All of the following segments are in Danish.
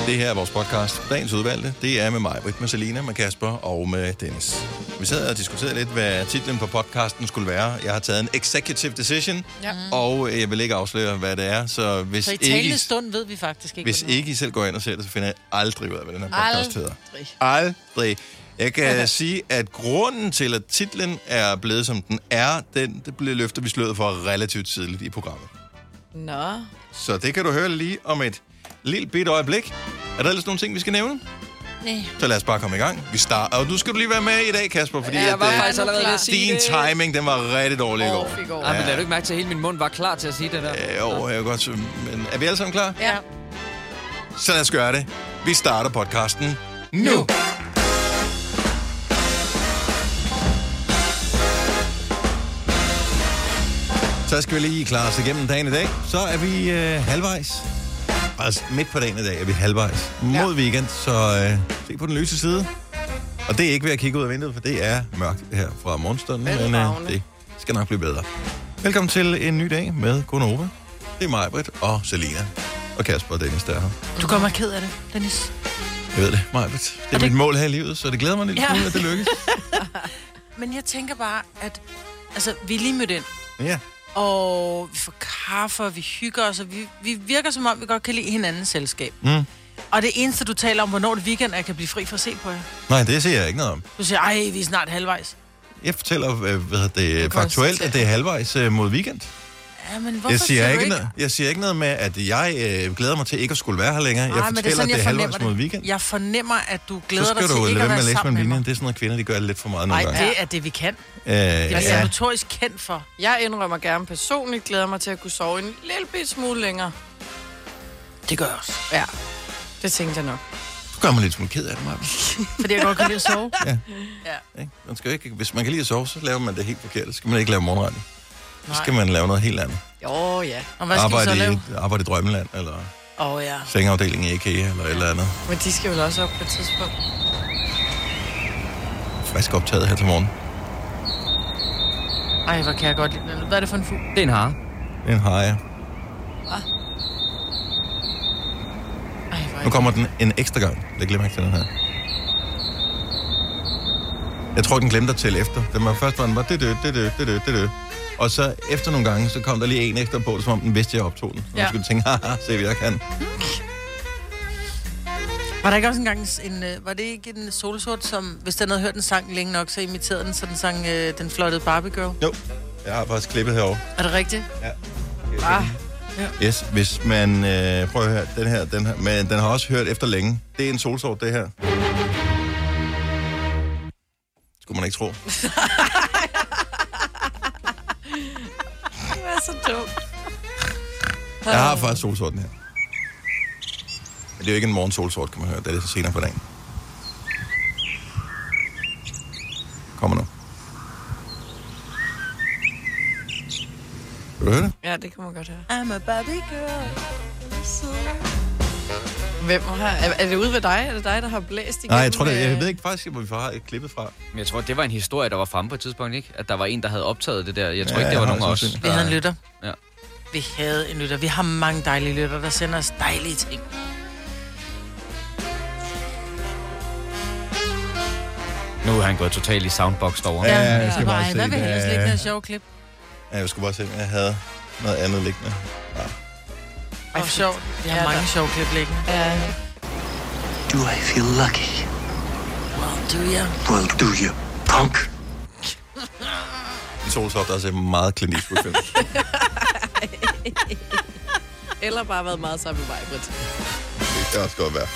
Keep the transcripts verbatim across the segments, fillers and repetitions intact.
Det her er vores podcast, Dagens Udvalgte. Det er med mig, Britt, med Selina, med Kasper og med Dennis. Vi sad og diskuterede lidt, hvad titlen på podcasten skulle være. Jeg har taget en executive decision, ja. og jeg vil ikke afsløre, hvad det er. Så hvis så i ikke, talende stund ved vi faktisk ikke, hvis ikke I selv går ind og ser det, så finder jeg aldrig ud af, hvad den her podcast aldrig. hedder. Aldrig. Jeg kan sige, at grunden til, at titlen er blevet, som den er, den det blev løftet vi sløret for relativt tidligt i programmet. Nå. Så det kan du høre lige om et lille bitte øjeblik. Er der ellers nogle ting, vi skal nævne? Nej. Så lad os bare komme i gang. Vi starter. Og du skal du lige være med i dag, Kasper, fordi ja, jeg var at, faktisk allerede ved at sige din det. timing, den var rigtig dårlig i går. Oh, ja. Ja, men lader du ikke mærke til, at hele min mund var klar til at sige det der? Ja, jo, jeg er godt. Men er vi alle sammen klar? Ja. Så lad os gøre det. Vi starter podcasten nu. Så skal vi lige klare os igennem dagen i dag. Så er vi øh, halvvejs. Altså midt på dagen i dag er vi halvvejs. Mod ja. weekend, så øh, se på den lyse side. Og det er ikke ved at kigge ud af vinduet, for det er mørkt her fra morgenstunden. Men øh, det skal nok blive bedre. Velkommen til en ny dag med Gonova. Det er mig, Britt, og Selina. Og Kasper og Dennis, der er her. Du kommer ked af det, Dennis. Jeg ved det, mig, Britt. Det er, er det... mit mål her i livet, så det glæder mig en lille smule, ja. at det lykkes. Men jeg tænker bare, at altså, vi er lige mødt ind. Ja. Og vi får kaffe, og vi hygger os, og vi, vi virker som om, vi godt kan lide hinandens selskab. Mm. Og det eneste, du taler om, hvornår det er weekend, er, at jeg kan blive fri for at se på jer. Nej, det siger jeg ikke noget om. Du siger, ej, vi er snart halvvejs. Jeg fortæller hvad det er faktuelt, at det er halvvejs uh, mod weekend. Ja, men hvorfor jeg siger, siger ikke ikke? Noget, jeg siger ikke noget med, at jeg øh, glæder mig til ikke at skulle være her længere. Nej, jeg fortæller, det er sådan, at det er halvvejs det. mod weekend. Jeg fornemmer, at du glæder dig til du ikke at være sammen med mig. Det er sådan noget, kvinder de gør lidt for meget nogle Nej, gange. det er det, vi kan. Øh, det er ja. jeg notorisk kendt for. Jeg indrømmer gerne personligt, glæder mig til at kunne sove en lille bit smule længere. Det gør jeg også. Ja, det tænkte jeg nok. Du gør mig lidt smule ked af det, Maja. Fordi jeg godt kan lide at sove. Ja. Ja. Man skal ikke, hvis man kan lide at sove, så laver man det helt forkert. Så skal man ikke lave morgenradio. Så skal man lave noget helt andet. Jo, ja. Og hvad skal arbejde, så lave? i, arbejde i Drømmeland, eller Åh, oh, ja. sengeafdelingen i IKEA, eller et eller andet. Men de skal vel også op på et tidspunkt. Frisk optaget her til morgen. Ej, hvor kan jeg godt lide. Hvad er det for en fugl? Det er en hare. Det er en hare, ja. Hvad? Ej, Nu kommer den en ekstra gang. Jeg glemmer ikke til den her. Jeg tror, den glemte at tælle efter. Den var først var den var det det det det det det det. Og så efter nogle gange, så kom der lige en ekstra på, som om den vidste, jeg optog den. Så ja. skulle tænke, haha, se hvad jeg kan. Var der ikke også engang en, var det ikke en solsort, som, hvis den havde hørt en sang længe nok, så imiterede den, så den sang øh, den flottede Barbie Girl? Jo, jeg har faktisk klippet herovre. Er det rigtigt? Ja. Ah. Ja. Yes, hvis man, øh, prøv at høre, den her, den her, men den har også hørt efter længe. Det er en solsort, det her. Skulle man ikke tro. Det er så dumt. Jeg har faktisk solsorten her. Men det er jo ikke en morgen solsort, kan man høre. Det er det så senere på dagen. Kommer nu. Kan du høre det? Ja, det kan man godt høre. I'm a Barbie girl. So... Hvem har... Er, er det ude ved dig? Er det dig, der har blæst igennem? Nej, jeg tror det. Jeg ved ikke faktisk, hvor vi har et klippet fra. Men jeg tror, det var en historie, der var fremme på et tidspunkt, ikke? At der var en, der havde optaget det der. Jeg tror ja, ikke, det var nogen af os. Vi havde en lytter. Ja. Vi havde en lytter. Vi har mange dejlige lytter, der sender os dejlige ting. Nu har han gået totalt i soundbox derovre. Ja, jeg skal ja. bare Ej, se hvad vil det. helst ligge noget sjovt klip? Ja, jeg skulle bare se, om jeg havde noget andet liggende. Ja. Ej, for sjovt. Vi har Ja, mange der. sjove klip liggende. Ja. Do I feel lucky? Well, do you? Well, do you, punk? De solsort, der er så meget Clint Eastwood-film. Eller bare været meget sammen med mig, Britt. Det kan også godt være.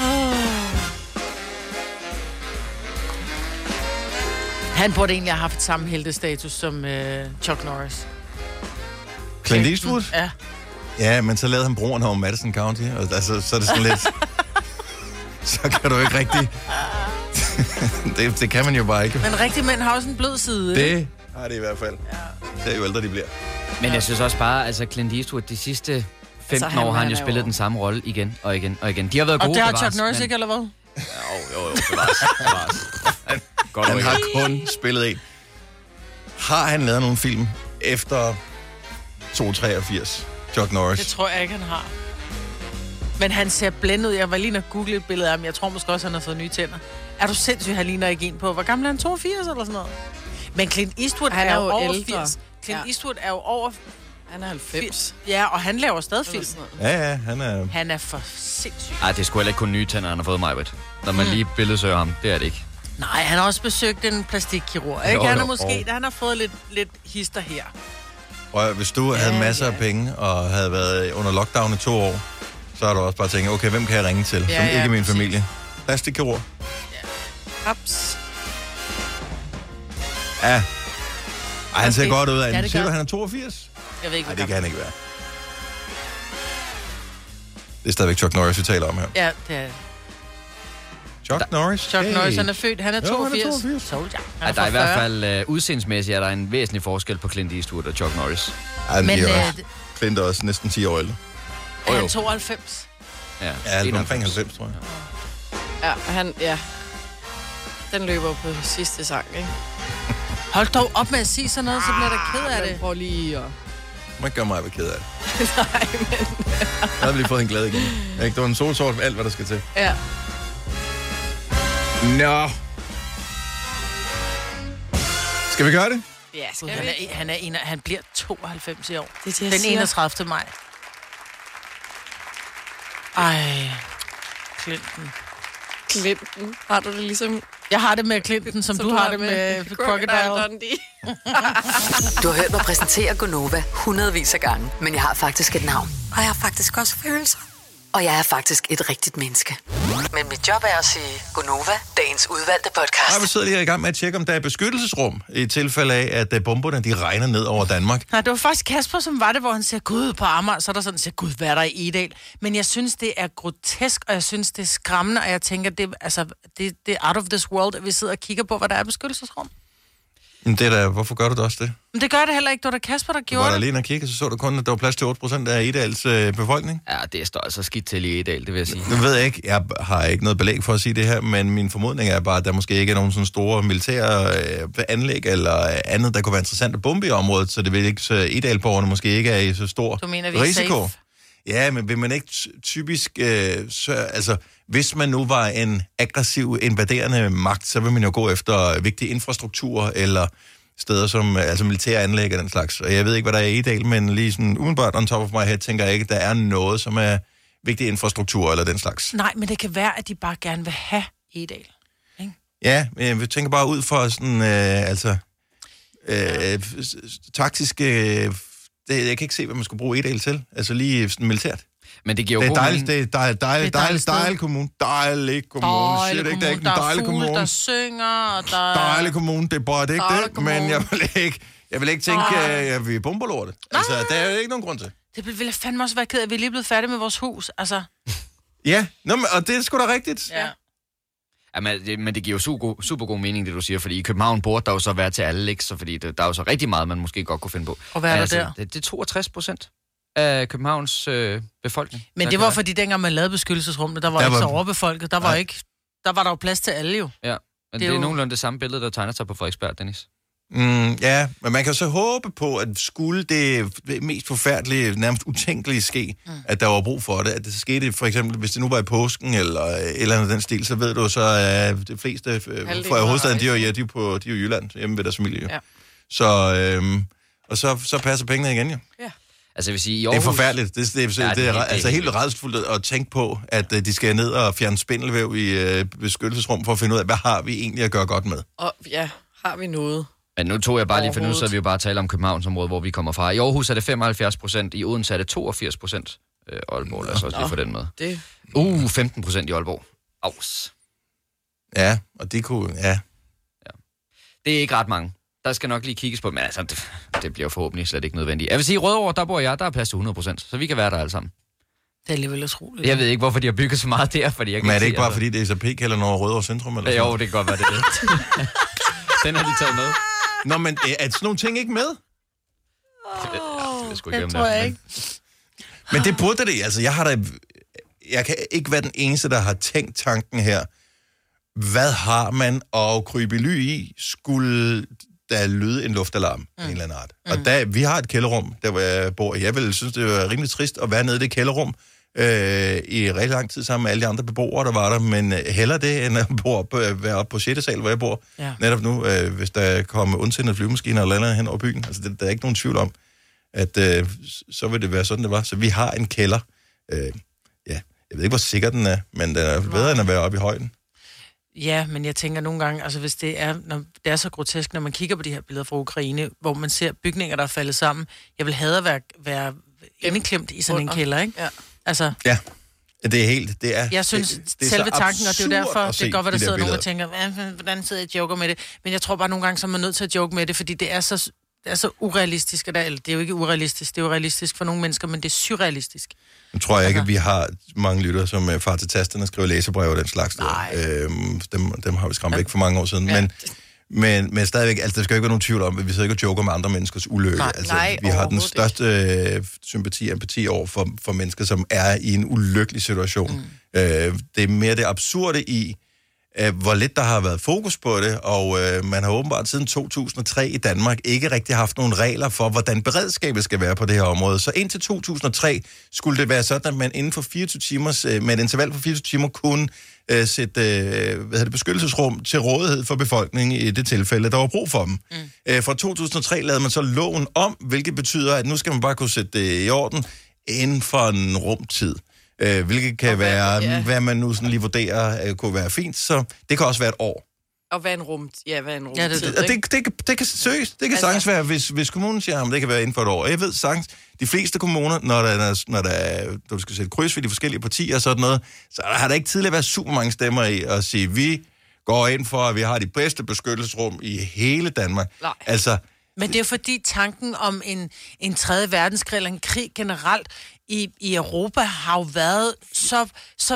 Han burde egentlig have haft samme heltestatus som øh, Chuck Norris. Clint Eastwood? Ja. Ja, men så lavede han broren over Madison County, og altså, så er det sådan lidt... så kan du ikke rigtig... det, det kan man jo bare ikke. Men rigtige mænd har også en blød side. Det har det i hvert fald. Ja. Det er jo ældre, de bliver. Men jeg synes også bare, altså Clint Eastwood, de sidste femten altså, år har han jo spillet den samme rolle igen og igen og igen. De har været og gode. Og det har Chuck Norris men... ikke, eller hvad? Jo, jo, jo, bevares. bevares. Godt, han har kun spillet en. Har han lavet nogle film efter to treogfirs? Chuck Norris? Det tror jeg ikke, han har. Men han ser blændet ud. Jeg var lige at google et billede af ham. Jeg tror måske også, han har fået nye tænder. Er du sindssygt, han ligner ikke en på? Hvor gammel er han? toogfirs eller sådan noget? Men Clint Eastwood han er, er jo jo over ældre. firs. Clint Ja. Eastwood er jo over Han er halvfems. Ja, og han laver stadig film. Ja, ja, han er... Han er for sindssyg. Ej, det er sgu heller ikke kun nye tænder, han har fået mig, ved. Når man lige billedsøger ham, det er det ikke. Nej, han har også besøgt en plastikkirurg, ikke? Jo, Han er jo, måske, jo. han har fået lidt, lidt hister her. Og hvis du havde masser ja. af penge, og havde været under lockdown i to år, så har du også bare tænkt, okay, hvem kan jeg ringe til, Ja, som ja, ikke er min præcis. familie? Plastikkirurg. Haps. Ja. Ej, han ser Okay. godt ud af Ja, ja, det Siger gør du, han er toogfirs? Jeg ved ikke, Nej, hvor det kan gammel. han ikke være. Det er stadigvæk Chuck Norris, vi taler om her. Ja, det er Chuck Norris? Chuck hey. Norris, han er født. Han er Jo, han er toogfirs. toogfirs. Told jeg. Han Ej, er der er i fra hvert fyrre. fald uh, udseendelsmæssigt er der en væsentlig forskel på Clint Eastwood og Chuck Norris. Ej, men Men det er øh, også, Clint er også næsten ti år ældre. er jo. han tooghalvfems? Ja, Ja, altså omkring halvfems, tror jeg. Ja, han, ja. Den løber på sidste sang, ikke? Hold dog op med at sige sådan noget, så bliver der ked af Men det. prøv lige at... Man ikke gøre mig ked af det. Nej, men... Jeg havde lige fået en glæde igen. Ikke? Det var en solsort med alt, hvad der skal til. Ja. Nå. Skal vi gøre det? Ja, skal Gud, han, vi? er, han, er en, han bliver tooghalvfems i år. Det er det, jeg Den siger. enogtredivte maj. Ej, Clinton. Clinton. Har du det ligesom... Jeg har det med Clinton, som, som du, du har det med, med Crocodile. Dundee. Du har hørt mig præsentere Gonova hundredvis af gange, men jeg har faktisk et navn. Og jeg har faktisk også følelser. Og jeg er faktisk et rigtigt menneske. Men mit job er at sige Gonova, dagens udvalgte podcast. Og vi sidder lige i gang med at tjekke, om der er beskyttelsesrum, i tilfælde af, at uh, bomberne de regner ned over Danmark. Nej, det var faktisk Kasper, som var det, hvor han siger, gud, på Amager, så er der sådan, siger, gud, hvad er der i Egedal? Men jeg synes, det er grotesk, og jeg synes, det er skræmmende, og jeg tænker, det, altså, det, det er out of this world, at vi sidder og kigger på, hvad der er beskyttelsesrum. Men det er da, hvorfor gør du da også det? Men det gør det heller ikke. Det var da Kasper, der Du gjorde var der det. lige og kigge, så så du kun, at der var plads til otte procent af Egedals øh, befolkning. Ja, det står altså skidt til i Egedal, det vil jeg sige. Nu ved jeg ikke, jeg har ikke noget belæg for at sige det her, men min formodning er bare, at der måske ikke er nogen sådan store militære øh, anlæg eller andet, der kunne være interessant at bombe i området, så det vil ikke, så Egedalborgerne måske ikke er i så stor Du mener, vi er risiko. safe? Ja, men vil man ikke ty- typisk... Øh, så, altså, hvis man nu var en aggressiv, invaderende magt, så vil man jo gå efter vigtige infrastrukturer eller steder som altså militære anlæg og den slags. Og jeg ved ikke, hvad der er i Egedal, men lige sådan umiddelbart on top of my head, tænker jeg ikke, at der er noget, som er vigtig infrastruktur eller den slags. Nej, men det kan være, at de bare gerne vil have Egedal. Ja, men jeg tænker bare ud for sådan, øh, altså, øh, taktiske... Øh, det, jeg kan ikke se, hvad man skulle bruge Egedal til. Altså lige sådan militært. Men det giver jo Det er god dejligt, mening. det er dejligt, dejligt, Det er dejligt, dejligt sted. dejlig kommune. Dejlig kommune. Siger det ikke, det er ikke en der er dejlig fugle, kommune. der synger, og der er... Dejlig kommune, det er bare det er ikke Dejlig det, men jeg vil ikke, jeg vil ikke tænke, at uh, vi er bomberlortet. Altså, der er jo ikke nogen grund til. Det ville jeg fandme også være ked af, at vi er lige blevet færdige med vores hus. Altså, Ja, Nå, men, og det er sgu da rigtigt. ja. Ja, men, det, men det giver jo super god, super god mening, det du siger, fordi i København burde der jo så være til alle, ikke? Så fordi det, der er jo så rigtig meget, man måske godt kunne finde på. Og hvad er der altså, der? Det, det er toogtres procent af Københavns øh, befolkning. Men Der det kan var være. fordi, dengang man lavede beskyttelsesrummene, der var Der ikke var- så overbefolket. Der var, Nej. ikke, der var der jo plads til alle jo. Ja, men Det det er er, jo- nogenlunde det samme billede, der tegner sig på Frederiksberg, Dennis. Mm, ja, men man kan så håbe på, at skulle det mest forfærdelige, nærmest utænkelige ske, mm. at der var brug for det, at det skete for eksempel, hvis det nu var i påsken eller et eller andet af den stil, så ved du så, at de fleste øh, fra hovedstaden, de er jo, ja, de er på, de er jo i Jylland, hjemme ved deres familie. Jo. Ja. Så, øhm, og så, så passer pengene igen, jo. Altså jeg vil sige, i Det er Aarhus... forfærdeligt. Det, det, det, Ja, ja, det det er er, helt- det er altså helt helt rædselsfuldt at tænke på, at uh, de skal ned og fjerne spindelvæv i uh, beskyttelsesrum for at finde ud af, hvad har vi egentlig at gøre godt med. Og ja, har vi noget? Men nu tog jeg bare lige, for nu Overhovedet. så vi jo bare tale om Københavnsområdet, hvor vi kommer fra. I Aarhus er det femoghalvfjerds procent, i Odense er det toogfirs procent. Øh, Aalborg, lad os også lige få den med. Det... Uh, femten procent i Aalborg. Aus. Ja, og det kunne... Ja. Det er ikke ret mange. Der skal nok lige kigges på, men altså, det, det bliver forhåbentlig slet ikke nødvendigt. Jeg vil sige, i Rødovre, der bor jeg, der er plads til hundrede procent, så vi kan være der alle sammen. Det er alligevel utroligt. Jeg ved ikke, hvorfor de har bygget så meget der, fordi jeg kan Men er det se, ikke bare, altså- fordi det er så pik eller noget Rødovre Centrum? Eller Ja, sådan jo, det kan godt være, det er det. Den har de taget med. Nå, men er sådan nogle ting ikke med? Det, det skulle det ikke tror jeg ikke. Men det burde det. Altså, jeg har da... Jeg kan ikke være den eneste, der har tænkt tanken her. Hvad har man at krybe i ly i, skulle der lyde en luftalarm mm. af en eller anden art? Mm. Og der, vi har et kælderrum, der hvor jeg bor. Jeg vil synes, det er rimelig trist at være nede i det kælderrum, øh, i rigtig lang tid sammen med alle de andre beboere, der var der, men hellere det, end at bo op, øh, være oppe på sjette sal, hvor jeg bor. Ja. Netop nu, øh, hvis der kommer ondsindede flyvemaskiner eller andet hen over byen. Altså, det, der er ikke nogen tvivl om, at øh, så vil det være sådan, det var. Så vi har en kælder. Øh, ja, jeg ved ikke, hvor sikker den er, men den er bedre end at være oppe i højden. Ja, men jeg tænker nogle gange, altså hvis det er, når det er så grotesk, når man kigger på de her billeder fra Ukraine, hvor man ser bygninger, der er faldet sammen. Jeg vil have at være, være indeklemt i sådan en kælder, ikke? Ja. Altså, ja, det er helt, det er... Jeg synes, det, det er selve tanken, og det er jo derfor, det er godt, at der de sidder nogen og tænker, hvordan sidder jeg og joker med det? Men jeg tror bare nogle gange, så er man nødt til at joke med det, fordi det er så, det er så urealistisk, eller det er jo ikke urealistisk, det er jo realistisk for nogle mennesker, men det er surrealistisk. Nu tror jeg ikke, at vi har mange lyttere, som uh, far til tasterne skriver læsebreve og den slags. Øhm, dem, dem har vi skræmt væk for mange år siden. Ja. Men, men, men stadigvæk, altså, der skal jo ikke være nogen tvivl om, at vi sidder ikke og joker med andre menneskers ulykke. Nej, altså, nej, vi har den største øh, sympati og empati over for, for mennesker, som er i en ulykkelig situation. Mm. Øh, det er mere det absurde i, øh, hvor lidt der har været fokus på det, og øh, man har åbenbart siden to tusind og tre i Danmark ikke rigtig haft nogle regler for, hvordan beredskabet skal være på det her område. Så indtil to tusind og tre skulle det være sådan, at man inden for fireogtyve timer, øh, med et interval for fireogtyve timer, kunne øh, sætte øh, hvad hedder det, beskyttelsesrum til rådighed for befolkningen i det tilfælde, der var brug for dem. Mm. Øh, fra to tusind og tre lavede man så loven om, hvilket betyder, at nu skal man bare kunne sætte det i orden inden for en rumtid. Øh, hvilket kan okay, være, ja. hvad man nu sådan lige vurderer, øh, kunne være fint, så det kan også være et år. Og hvad en rum, ja, hvad en rumtid, ja, det, det, det, det, det, det, det kan søges, det kan altså sagtens være, hvis, hvis kommunen siger, at det kan være inden for et år. Og jeg ved sagtens, de fleste kommuner, når der er, når der er, når du skal sætte kryds ved de forskellige partier og sådan noget, så har der ikke tidligere været super mange stemmer i at sige, vi går ind for, at vi har de bedste beskyttelsesrum i hele Danmark. Nej. Altså, men det er jo fordi tanken om en, en tredje verdenskrig eller en krig generelt i, i Europa har jo været så, så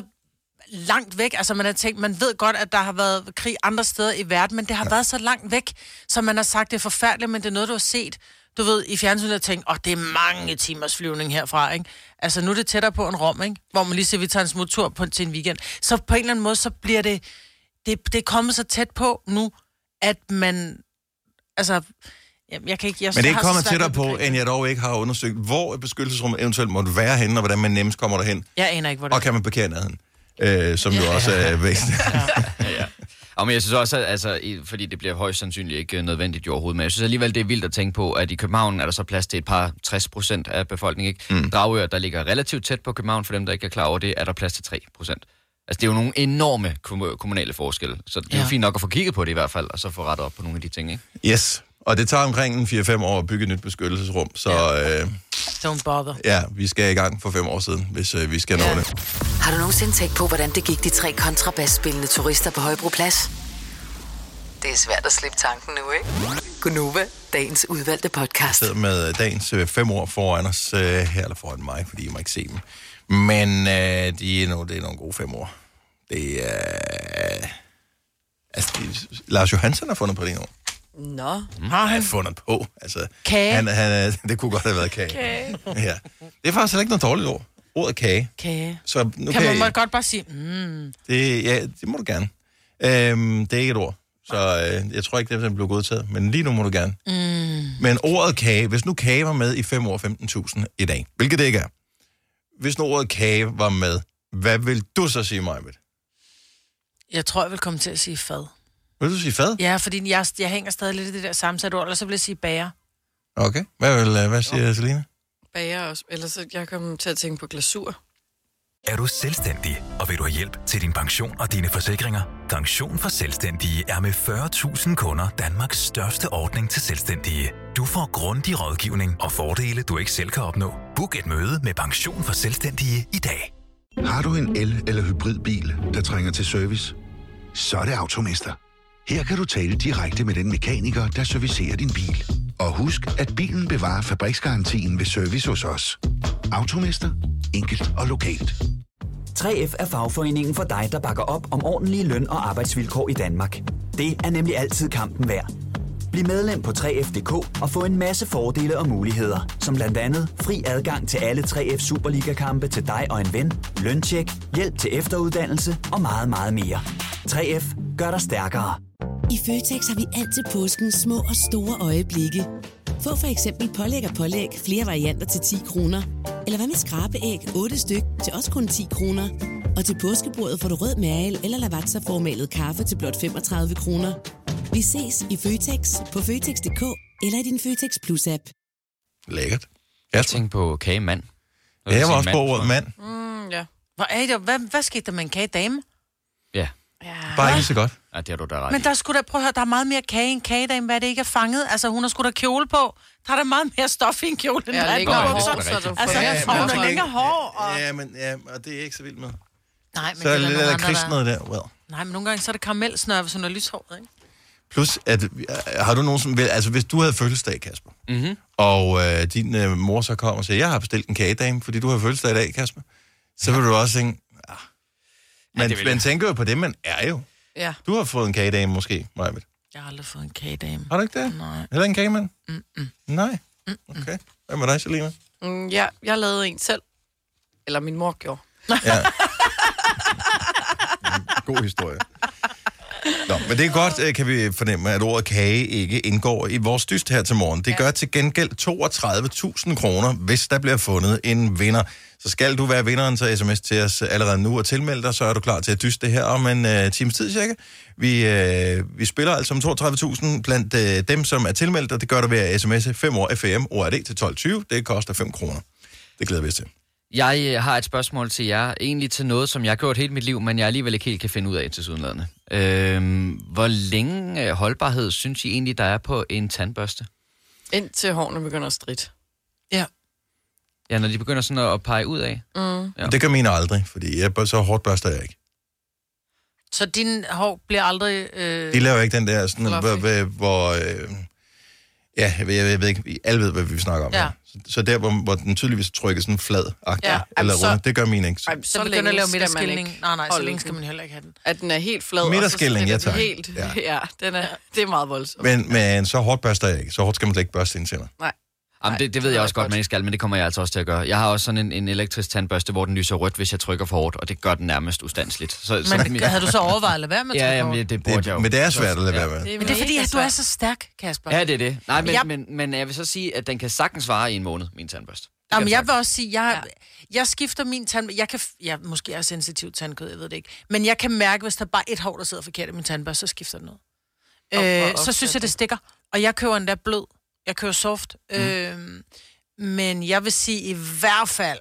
langt væk. Altså man har tænkt, man ved godt, at der har været krig andre steder i verden, men det har ja. været så langt væk, så man har sagt, det er forfærdeligt, men det er noget, du har set, du ved, i fjernsynet og tænkt, åh, oh, det er mange timers flyvning herfra, ikke? Altså nu er det tættere på en Rom, ikke? Hvor man lige siger, vi tager en smuttur på til en weekend. Så på en eller anden måde, så bliver det, det, det er kommet så tæt på nu, at man, altså... Jeg kan ikke, jeg men det er ikke kommet tættere på, end jeg dog ikke har undersøgt, hvor beskyttelsesrummet eventuelt måtte være henne, og hvordan man nemmest kommer derhen. Jeg aner ikke, hvor det er. Og kan man parkere nærheden, øh, som ja. jo også er væsentligt. ja. ja. Og men jeg synes også, at, altså, fordi det bliver højst sandsynligt ikke nødvendigt overhovedet, men jeg synes alligevel, det er vildt at tænke på, at i København er der så plads til et par tres procent af befolkningen, ikke? Mm. Dragør, der ligger relativt tæt på København, for dem, der ikke er klar over det, er der plads til tre procent. Altså, det er jo nogle enorme kommunale forskelle, så det er ja. jo fint nok at få kigget på det i hvert fald, og så få rettet op på nogle af de ting, ikke? Yes. Og det tager omkring fire fem år at bygge et nyt beskyttelsesrum, så ja. øh, don't bother. Ja, vi skal i gang for fem år siden, hvis øh, vi skal ja. nå det. Har du nogensinde tænkt på, hvordan det gik de tre kontrabasspillende turister på Højbroplads? Det er svært at slippe tanken nu, ikke? Gunova, dagens udvalgte podcast. Jeg sidder med dagens øh, fem år foran os, øh, her eller foran mig, fordi I må ikke se dem. Men øh, de er no, det er nogle gode fem år. Det er... Øh, altså, det, Lars Johansson har fundet på det nu. Nå. Mm. Har han fundet på? Altså, kage. Han, han, det kunne godt have været kage. Kage. Ja. Det er faktisk heller ikke noget dårligt ord. Ordet kage. Kage. Så nu kan kan man jeg, godt bare sige, mm. det, ja, det må du gerne. Øhm, det er ikke et ord. Så øh, jeg tror ikke, det er blevet godtaget. Men lige nu må du gerne. Mm. Men ordet kage, hvis nu kage var med i fem år femten tusind i dag, hvilket det ikke er. Hvis nu ordet kage var med, hvad vil du så sige, Majbet? Jeg tror, jeg vil komme til at sige fad. Vil du sige fad? Ja, fordi jeg, jeg hænger stadig lidt i det der sammensat ord, eller så vil jeg sige bager. Okay. Hvad, vil, hvad siger okay. Selina? Bager også. Ellers så jeg kommer til at tænke på glasur. Er du selvstændig, og vil du have hjælp til din pension og dine forsikringer? Pension for Selvstændige er med fyrre tusind kunder Danmarks største ordning til selvstændige. Du får grundig rådgivning og fordele, du ikke selv kan opnå. Book et møde med Pension for Selvstændige i dag. Har du en el- eller hybridbil, der trænger til service? Så er det Automester. Her kan du tale direkte med den mekaniker, der servicerer din bil. Og husk, at bilen bevarer fabriksgarantien ved service hos os. Automester. Enkelt og lokalt. tre F er fagforeningen for dig, der bakker op om ordentlige løn- og arbejdsvilkår i Danmark. Det er nemlig altid kampen værd. Bliv medlem på tre F punktum d k og få en masse fordele og muligheder, som blandt andet fri adgang til alle tre F Superliga-kampe til dig og en ven, løntjek, hjælp til efteruddannelse og meget, meget mere. tre F gør dig stærkere. I Føtex har vi altid påsken små og store øjeblikke. Få for eksempel pålæg og pålæg flere varianter til ti kroner. Eller hvad med skrabeæg otte styk til også kun ti kroner? Og til påskebordet får du rød mal eller lavatserformalet kaffe til blot femogtredive kroner. Vi ses i Føtex på Føtex punktum d k eller i din Føtex Plus-app. Lækkert. Jeg tænkte på kagemand. Ja, jeg var også på ordet mand. Mm, ja. Hvor er det? Hvad, hvad skete der med en kagedame? Ja. Ja. Bare ikke lige så godt. Ja, det har du da ret i. Men der skulle da, prøv at høre, der er meget mere kage i en kagedame, hvad det ikke er fanget. Altså, hun har sgu da kjole på. Der er der meget mere stof i en kjole, end Ja, der er længere på hår, bukser. så du får Altså, mere ja, smør. hun har længere hår. Og... Ja, men ja, og det er jeg ikke så vild med. Nej, men Så er det det er lidt nogle af andre, kristnet der. Well. Nej, men nogle gange så er det karamelsnør, hvis hun er lyshåret, ikke? Plus, at, har du nogen som... Altså, hvis du havde fødselsdag, Kasper, Mm-hmm. og øh, din øh, mor så kommer og siger, jeg har bestilt en kagedame, fordi du har fødselsdag i dag, Kasper, så vil du også tænke, ah. Men det vil man jeg. tænker jo på det, man er jo. Ja. Du har fået en kagedame måske, Majbet. Jeg har aldrig fået en kagedame. Har du ikke det? Nej. Eller en kagemand? Mm-mm. Nej. Okay. Hvad med dig, Selina? Mm, ja, jeg lavede en selv. Eller min mor gjorde. Ja. God historie. Nå, men det er godt, kan vi fornemme, at ordet kage ikke indgår i vores dyst her til morgen. Det gør til gengæld toogtredive tusind kroner, hvis der bliver fundet en vinder. Så skal du være vinderen, så sms til os allerede nu og tilmelde dig, så er du klar til at dyste det her om en uh, times tid cirka. Vi, uh, vi spiller altså om toogtredive tusind blandt uh, dem, som er tilmeldt, og det gør du ved at sms'e fem år F M O R D til tolv tyve. Det koster fem kroner. Det glæder vi os til. Jeg øh, har et spørgsmål til jer, egentlig til noget, som jeg har gjort hele mit liv, men jeg alligevel ikke helt kan finde ud af til sydenladende. Øhm, hvor længe øh, holdbarhed synes I egentlig, der er på en tandbørste? Indtil hårene begynder at stridt. Ja. Ja, når de begynder sådan at, at pege ud af. Mm. Ja. Det gør mine aldrig, fordi jeg, så hårdt børster jeg ikke. Så din hår bliver aldrig... Øh... De laver ikke den der, sådan, Fluffy. hvor... hvor, hvor øh, ja, jeg ved, jeg ved ikke, alle ved, hvad vi snakker om. Ja. Ja. Så, så der, hvor, hvor den tydeligvis trykker sådan flad Ja, ja, eller så- rundt, det gør mine ikke. Ej, Så, så begynder længe at lave skal man midterskilning. ikke Nej, nej, så holde længe skal den. man heller ikke have den. At den er helt flad, Midterskilning, og så ja, stritter tak. den helt. Ja. Ja, den er, det er meget voldsomt. Men, men så hårdt børster jeg ikke. Så hårdt skal man slet ikke børste sine tænder. Nej. Jamen, det, det ved jeg også godt, man ikke skal, men det kommer jeg altså også til at gøre. Jeg har også sådan en, en elektrisk tandbørste, hvor den lyser rødt, hvis jeg trykker for hårdt, og det gør den nærmest ustandsligt. Så, Men så, havde du så overvejet at lade være med at Ja, trykke jamen, hårdt? det, det burde Det, jeg jo. men det er svært at lade være med. Det Men det er fordi, at du er så stærk, Kasper. Ja, det er det. Nej, men, Jeg- men, men jeg vil så sige, at den kan sagtens vare i en måned, min tandbørste. Det kan Jamen, jeg sagtens. vil også sige, jeg, ja. jeg skifter min tand... Jeg kan... Jeg måske er sensitiv tandkød, jeg ved det ikke. Men jeg kan mærke, hvis der bare er et hår, der sidder forkert i min tandbørste, så skifter den noget. Og- og- Øh, så og- synes jeg, det stikker. Og jeg køber en der blød. Jeg køber soft. Mm. Øh, men jeg vil sige i hvert fald...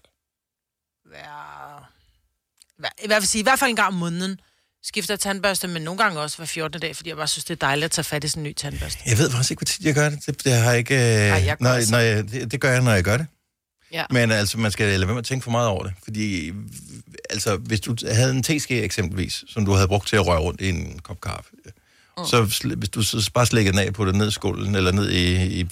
Hver, hver, I hvert fald sige, i hvert fald en gang om måneden skifter jeg tandbørste, men nogle gange også hver fjortende dag, fordi jeg bare synes, det er dejligt at tage fat i sådan en ny tandbørste. Jeg ved faktisk ikke, hvor tit jeg gør det. Det, det har jeg ikke... Øh, jeg gør når, også. når jeg, det, det gør jeg, når jeg gør det. Ja. Men altså, man skal lade være med at tænke for meget over det. Fordi, altså, hvis du havde en teske eksempelvis, som du havde brugt til at røre rundt i en kop kaffe, mm. så sl- hvis du så bare slækkede den af på det ned i skålen, eller ned i, i,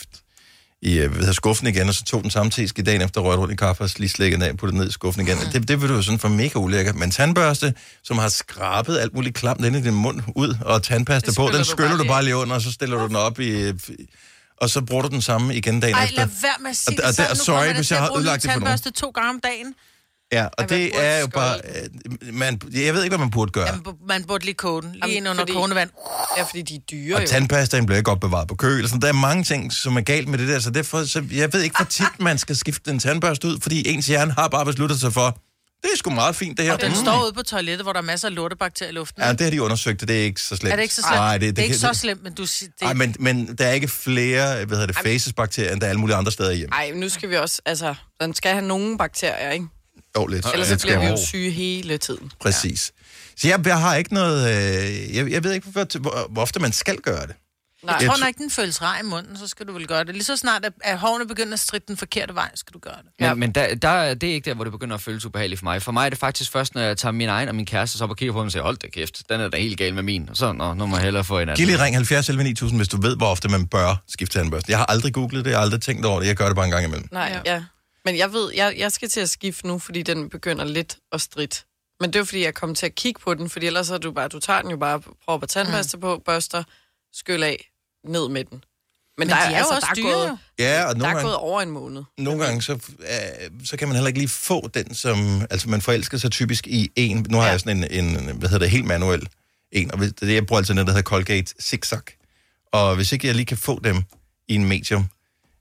i hvad hedder, skuffen igen, og så tog den samme teske dagen efter rørt rundt i kaffe, og lige slækkede den af på det ned i skuffen igen. Mm. Det, det vil du jo sådan for mega ulækkert. Men tandbørste, som har skrabet alt muligt klamt inde i din mund ud, og tandpasta Det på, skyller den du skyller bare du lige bare lige under, og så stiller du den op i... Og så bruger du den samme igen dagen Ej, efter. lad være med at sige Og- og det sådan. der- Nu sorry, kommer det hvis til jeg at har bruge min ødelagt det for nogen. tandbørste to gange om dagen. Ja, og man det burde er jo skåle bare... øh, Man, jeg ved ikke, hvad man burde gøre. Jamen, man burde lige koge den. Lige Jamen, ind under fordi- kogende vand. Ja, fordi de er dyre Og jo. tandpastaen bliver ikke opbevaret på køl. Sådan. Der er mange ting, som er galt med det der, så derfor, så jeg ved ikke, hvor tit man skal skifte en tandbørste ud, fordi ens hjerne har bare besluttet sig for, det er sgu meget fint, det her. Og den Mm. står ude på toilettet, hvor der er masser af lortebakterier i luften. Ja, det har de undersøgt, og det er ikke så slemt. Er det ikke så slemt? Nej, det, det, det er ikke kan- så slemt, men du siger... Det... Ej, men, men der er ikke flere, hvad hedder det, faces-bakterier, end der er alle mulige andre steder hjemme. Ej, nu skal vi også, altså, den skal have nogle bakterier, ikke? Jo, lidt. Ellers Lidt så bliver vi jo skævt. syge hele tiden. Præcis. Så jeg, jeg har ikke noget... Øh, jeg, jeg ved ikke, hvor, hvor, hvor ofte man skal gøre det. Jeg Jeg tror tr- nok, den føles rar i munden, så skal du vel gøre det. Lige så snart, at- at hårene begynder at stritte den forkerte vej, skal du gøre det. Men, men der, der, det er ikke der, hvor det begynder at føles ubehageligt for mig. For mig er det faktisk først, når jeg tager min egen og min kæreste så op og kigger på dem og siger, hold da kæft, den er da helt gal med min. Og så, nå, nu må jeg hellere få en anden. Giv lige ring halvfjerds elleve ni tusind, hvis du ved, hvor ofte man bør skifte tandbørste. Jeg har aldrig googlet det, jeg har aldrig tænkt over det. Jeg gør det bare en gang imellem. Nej, ja. ja. Men jeg ved, jeg, jeg skal til at skifte nu, fordi den begynder lidt at stritte. Men det er jo, fordi jeg kommer til at kigge på den, fordi ellers er du bare, du tager den jo bare, prøver at tandpasta mm. på, børster, skyl af, ned med den. Men, Men der de er, er jo altså, også der er dyre, gået, jo. Ja, og der nogle er gange... gået over en måned. Nogle gange, så, øh, så kan man heller ikke lige få den, som... Altså, man forelsker sig typisk i en... Nu har ja. jeg sådan en, en, hvad hedder det, helt manuel en, og hvis- det, jeg bruger altid noget, der hedder Colgate Zigzag. Og hvis ikke jeg lige kan få dem i en medium,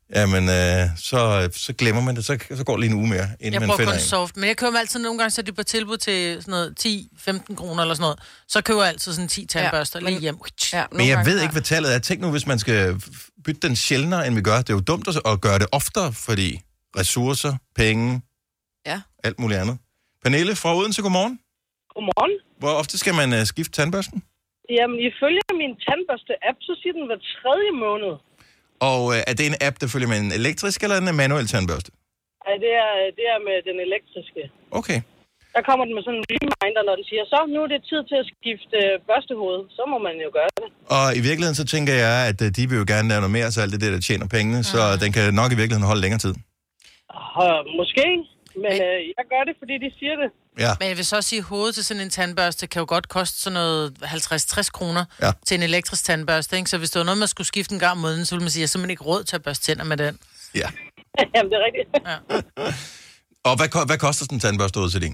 jamen, øh, så, så glemmer man det. Så, så går det lige en uge mere, inden jeg man bruger finder kun en. soft, men jeg køber altid nogle gange, så de på tilbud til sådan noget ti til femten kroner eller sådan noget. Så køber jeg altid sådan ti tandbørster ja, lige hjem. Ja, men jeg ved ikke, hvad tallet er. Tænk nu, hvis man skal bytte den sjældnere, end vi gør. Det er jo dumt at gøre det oftere, fordi ressourcer, penge, ja. alt muligt andet. Pernille fra Odense, godmorgen. Godmorgen. Hvor ofte skal man uh, skifte tandbørsten? Jamen, ifølge min tandbørste-app, så siger den hver tredje måned. Og uh, er det en app, der følger med en elektrisk eller en manuel tandbørste? Ja, det er, det er med den elektriske. Okay. Der kommer den med sådan en reminder, når den siger, så nu er det tid til at skifte øh, børstehoved. Så må man jo gøre det. Og i virkeligheden, så tænker jeg, at uh, de vil jo gerne lave noget mere, så alt det der, der tjener pengene, ja. Så den kan nok i virkeligheden holde længere tid. Uh, måske, men øh, jeg gør det, fordi de siger det. Ja. Men jeg vil så også sige, at hovedet til sådan en tandbørste kan jo godt koste sådan noget halvtreds til tres kroner ja. til en elektrisk tandbørste. Ikke? Så hvis det var noget, man skulle skifte en gang om måneden, så ville man sige, at jeg simpelthen ikke råd til at børste tænder med den. Ja. Jamen, det er rigtigt. Ja. Og hvad, hvad koster sådan en tandbørste ud til din?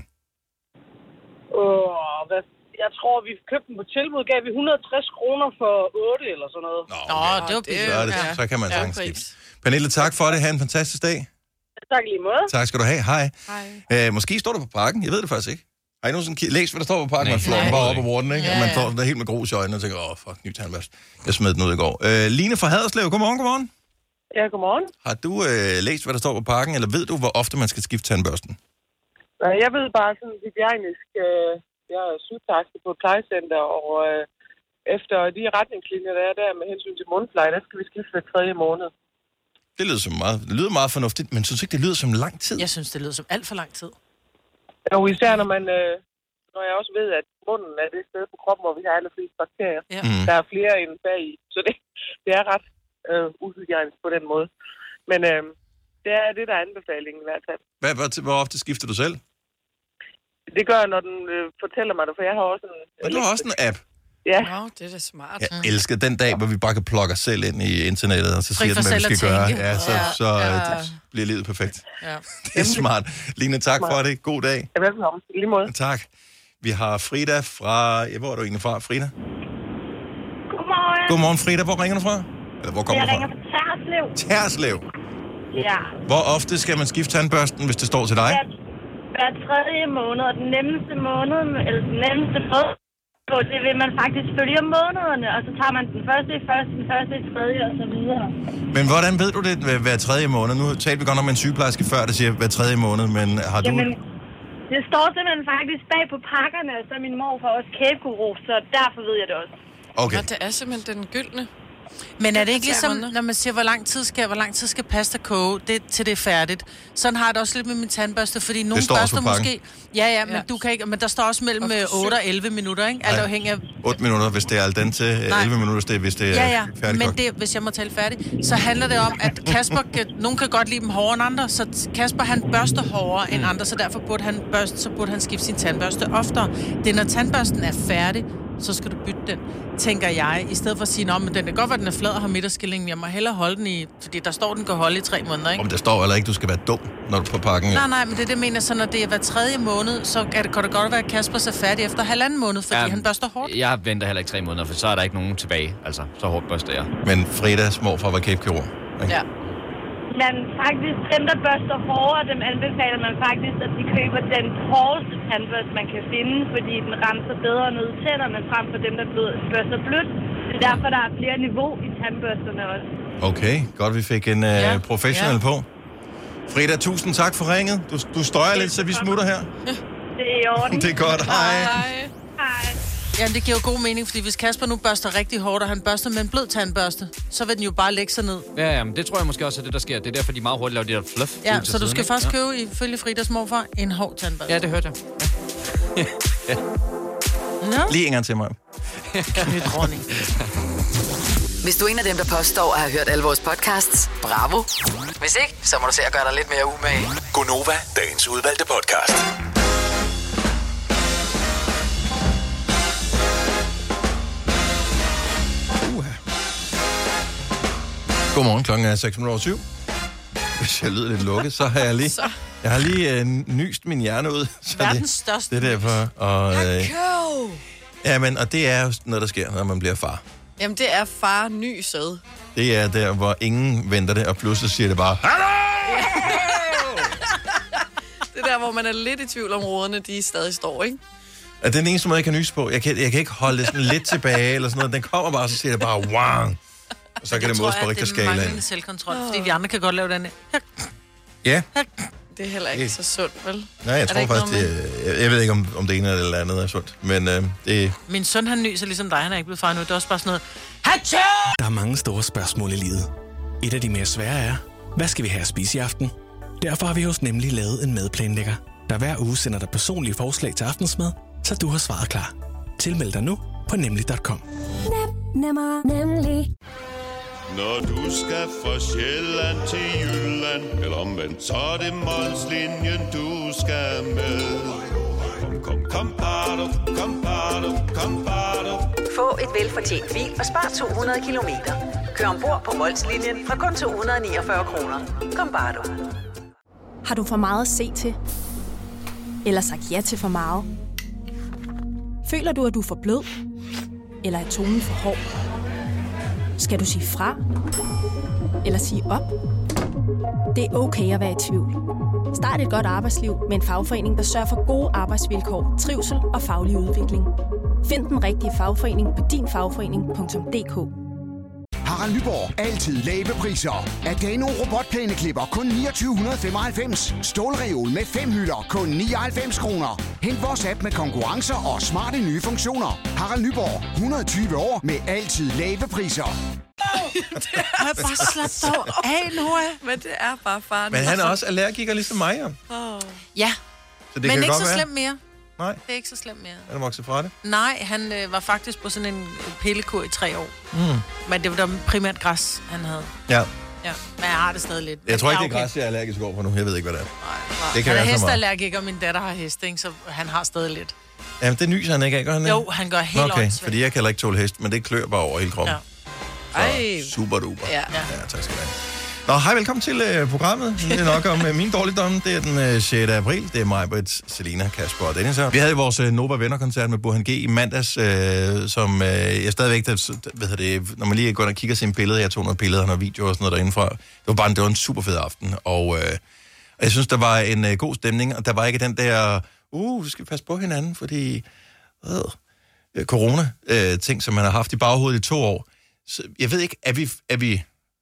Uh, hvad, jeg tror, vi købte den på tilbud, gav vi et hundrede og tres kroner for otte eller sådan noget. Nå, okay. Nå det var billigt. Så, det, ja. så kan man ja, sagtens skifte. Pernille, tak for det. Ha' en fantastisk dag. Tak lige måde. Tak skal du have. Hej. Hej. Øh, måske står der på pakken. Jeg ved det faktisk ikke. Har I nogensinde læst, hvad der står på pakken? Man flår den bare op og bruger den, ikke? Ja, og man står der helt med grus i øjnene og tænker, åh, oh, fuck, ny tandbørste. Jeg smed den ud i går. Øh, Line fra Haderslev, godmorgen, godmorgen. Ja, godmorgen. Har du øh, læst, hvad der står på pakken, eller ved du, hvor ofte man skal skifte tandbørsten? Nej, jeg ved bare sådan hygienisk. Øh, jeg er sygeplejerske på et plejecenter, og øh, efter de retningslinjer, der er der med hensyn til mundpleje, der skal vi skifte hver tredje måned. Det lyder, som meget, det lyder meget fornuftigt, men synes ikke, det lyder som lang tid? Jeg synes, det lyder som alt for lang tid. Jo, især når man, øh, når jeg også ved, at munden er det sted på kroppen, hvor vi har allerflest bakterier. Ja. Mm. Der er flere end bag i, så det, det er ret øh, uhygienisk på den måde. Men øh, det er det, der er anbefalingen i hvert fald. Hvad, hvor, hvor ofte skifter du selv? Det gør jeg, når den øh, fortæller mig det, for jeg har også en... Men du har også en app? Ja. Wow, det er da smart. Jeg elsker den dag, hvor vi bare kan plukke os selv ind i internettet, og så siger den, hvad vi skal gøre. Ja, så, så ja. Øh, bliver livet perfekt. Ja. Det er smart. Line, tak for det. God dag. Ja, velkommen. I lige måde. Tak. Vi har Frida fra... Ja, hvor er du egentlig fra, Frida? Godmorgen. Godmorgen, Frida. Hvor ringer du fra? Eller hvor kommer jeg du fra? ringer fra Tærslev. Tærslev. Ja. Hvor ofte skal man skifte tandbørsten, hvis det står til dig? Hver, hver tredje måned, og den nemmeste måned, eller den nemmeste måned, det vil man faktisk følge månederne, og så tager man den første i første, den første i tredje, og så videre. Men hvordan ved du det hver, hver tredje måned? Nu talte vi godt nok med en sygeplejerske før, der siger hver tredje måned, men har du... Jamen, det står simpelthen faktisk bag på pakkerne, så min mor får også kæbeguru, så derfor ved jeg det også. Okay. Og det er simpelthen den gyldne. Men er det ikke ligesom, når man siger, hvor lang tid skal, hvor lang tid skal pasta koge, det, til det er færdigt? Sådan har jeg det også lidt med min tandbørste, fordi nogle børster måske... Ja, ja, men, ja. Du kan ikke, men der står også mellem otte og elleve minutter, ikke? Alt afhængig af... otte minutter, hvis det er al den til. elleve minutter, hvis det er ja, ja. færdigt. Men det, hvis jeg må tale færdigt, så handler det om, at Kasper... Nogen kan godt lide dem hårdere end andre, så Kasper, han børster hårdere end andre, så derfor burde han, børste, så burde han skifte sin tandbørste oftere. Det er, når tandbørsten er færdig, så skal du bytte den, tænker jeg. I stedet for at sige, at den kan godt være, den er flad og har midterskillingen. Jeg må hellere holde den i... Fordi der står, den kan holde i tre måneder, ikke? Om der står eller ikke, du skal være dum, når du er på pakken. Nej, nej, men det er det, mener. Så når det er hver tredje måned, så kan det, kan det godt være, at Kasper er færdig efter halvanden måned, fordi ja, han børster hårdt. Jeg venter heller ikke tre måneder, for så er der ikke nogen tilbage. Altså, så hårdt børster jeg. Men Fredas morfar var kæbekirurg. Ja. Men faktisk, dem, der børster hårdere, dem anbefaler man faktisk, at de køber den hårdeste tandbørste, man kan finde, fordi den renser bedre ned i tænderne, frem for dem, der børster blødt. Det er derfor, der er flere niveau i tandbørsterne også. Okay, godt vi fik en uh, ja. professionel ja. på. Frida, tusind tak for ringet. Du, du støjer lidt, så vi smutter her. Det er i orden. Det er godt. Hej. Hej. Hej. Ja, det giver jo god mening, fordi hvis Kasper nu børster rigtig hårdt, og han børster med en blød tandbørste, så vil den jo bare lægge sig ned. Ja, ja, men det tror jeg måske også er det, der sker. Det er derfor, de meget hurtigt laver de der fluff. Ja, så du siden, skal ikke? først ja. købe, ifølge Fridas morfar, en hård tandbørste. Ja, det hørte jeg. Ja. ja. Nå? Lige en gang til mig. Knytronning. Hvis du er en af dem, der påstår at have hørt alle vores podcasts, bravo. Hvis ikke, så må du se at gøre dig lidt mere umage. Gonova, dagens udvalgte podcast. Godmorgen, klokken er seks minutter over syv. Hvis jeg lyder lidt lukket, så har jeg lige, jeg har lige øh, nyst min hjerne ud. Så Verdens det, største. Det er derfor. Og, øh, ja, men, og det er jo noget, der sker, når man bliver far. Jamen, det er far nyset. Det er der, hvor ingen venter det, og pludselig siger det bare, hallo! Det er der, hvor man er lidt i tvivl om roderne, de stadig står, ikke? Er det den eneste måde, jeg kan nyse på? Jeg kan, jeg kan ikke holde det sådan lidt tilbage, eller sådan noget. Den kommer bare, så siger det bare, wow! Og så kan det måles på rigtig skala. Jeg tror, at det er manglende selvkontrol, fordi vi andre kan godt lave den. Ja. Det er heller ikke så sundt, vel? Nej, jeg tror faktisk, det, jeg, jeg ved ikke, om, om det ene eller andet er sundt, men øh, det... Min søn, han nyser ligesom dig, han er ikke blevet far nu. Det er også bare sådan noget, Hatsha! Der er mange store spørgsmål i livet. Et af de mere svære er, hvad skal vi have at spise i aften? Derfor har vi hos Nemlig lavet en madplanlægger, der hver uge sender dig personlige forslag til aftensmad, så du har svaret klar. Tilmeld dig nu på nemlig punktum com. Nem, nemmer, nemlig. Når du skal fra Sjælland til Jylland, eller omvendt, så er det Molslinjen, du skal med. Kom, kom, kom, bado, kom, bado, kom, bado. Få et velfortjent bil og spar to hundrede kilometer. Kør ombord på Molslinjen fra kun to hundrede niogfyrre kroner. Kom, bare du. Har du for meget at se til? Eller sagt ja til for meget? Føler du, at du er for blød? Eller er tonen for hård? Skal du sige fra? Eller sige op? Det er okay at være i tvivl. Start et godt arbejdsliv med en fagforening, der sørger for gode arbejdsvilkår, trivsel og faglig udvikling. Find den rigtige fagforening på din fagforening punktum d k. Harald Nyborg. Altid lave priser. Adano robotplæneklipper kun niogtyve femoghalvfems. Stålreol med fem hylder kun nioghalvfems kroner. Hent vores app med konkurrencer og smarte nye funktioner. Harald Nyborg. hundrede og tyve år med altid lave priser. Det er bare slap dog af nu, men det er bare far. Men han er også allergiker ligesom mig, ja. Oh. Ja, så det men kan ikke godt så være. slemt mere. Nej. Det er ikke så slemt mere. Er du vokset fra det? Nej, han øh, var faktisk på sådan en pillekur i tre år. Mm. Men det var da primært græs, han havde. Ja. Ja, men jeg har det stadig lidt. Jeg tror ikke, ja, det er græs, jeg er allergisk over på nu. Jeg ved ikke, hvad det er. Nej, det kan han er være så meget. hesteallergiker, og min datter har heste, ikke? Så han har stadig lidt. Jamen, det nyser han ikke af, gør han det? Jo, han gør helt okay, åndssvagt. fordi jeg kan heller ikke tåle hest, men det klør bare over hele kroppen. Ja. Ej. Super duper. Ja. ja, tak skal du have. Nå, hej, velkommen til uh, programmet. Det er nok om uh, min dårligdomme. Det er den uh, sjette april. Det er mig, Britt, Selina, Kasper og Dennis her. Vi havde vores uh, Nova Venner-koncert med Burhan G i mandags, uh, som uh, jeg stadigvæk, der, hvad hedder det, når man lige går ind og kigger sine billeder, jeg tog nogle billeder og videoer og sådan noget derindefra. Det var bare en, det var en super fed aften, og uh, jeg synes, der var en uh, god stemning, og der var ikke den der, uh, vi skal passe på hinanden, fordi uh, corona-ting, uh, som man har haft i baghovedet i to år. Så jeg ved ikke, er vi... Er vi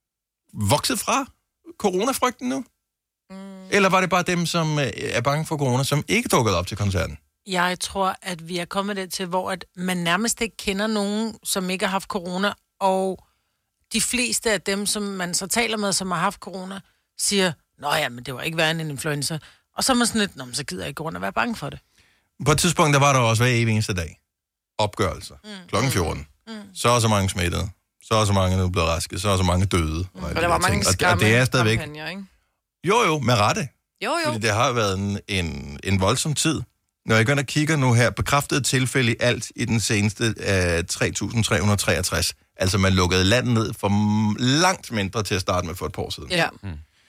vokset fra coronafrygten nu? Mm. Eller var det bare dem, som er bange for corona, som ikke dukkede op til koncerten? Jeg tror, at vi er kommet det til, hvor at man nærmest ikke kender nogen, som ikke har haft corona, og de fleste af dem, som man så taler med, som har haft corona, siger, nå ja, men det var ikke værre end en influenza. Og så er man sådan lidt, nå, men så gider jeg ikke grund at være bange for det. På et tidspunkt, der var der også hver evig eneste dag opgørelser. Mm. klokken fjorten. Mm. Så er så mange smittede. Så er så mange nu blevet raske, så er så mange døde. Mm. Og, og der var mange skræmme det er stadigvæk... kampagner, ikke? Jo, jo, med rette. Jo, jo. Fordi det har været en, en, en voldsom tid. Når jeg går ind og kigger nu her, bekræftede tilfælde i alt i den seneste uh, tre tusind tre hundrede treogtres. Altså, man lukkede landet ned for langt mindre til at starte med for et par år siden. Ja. Mm.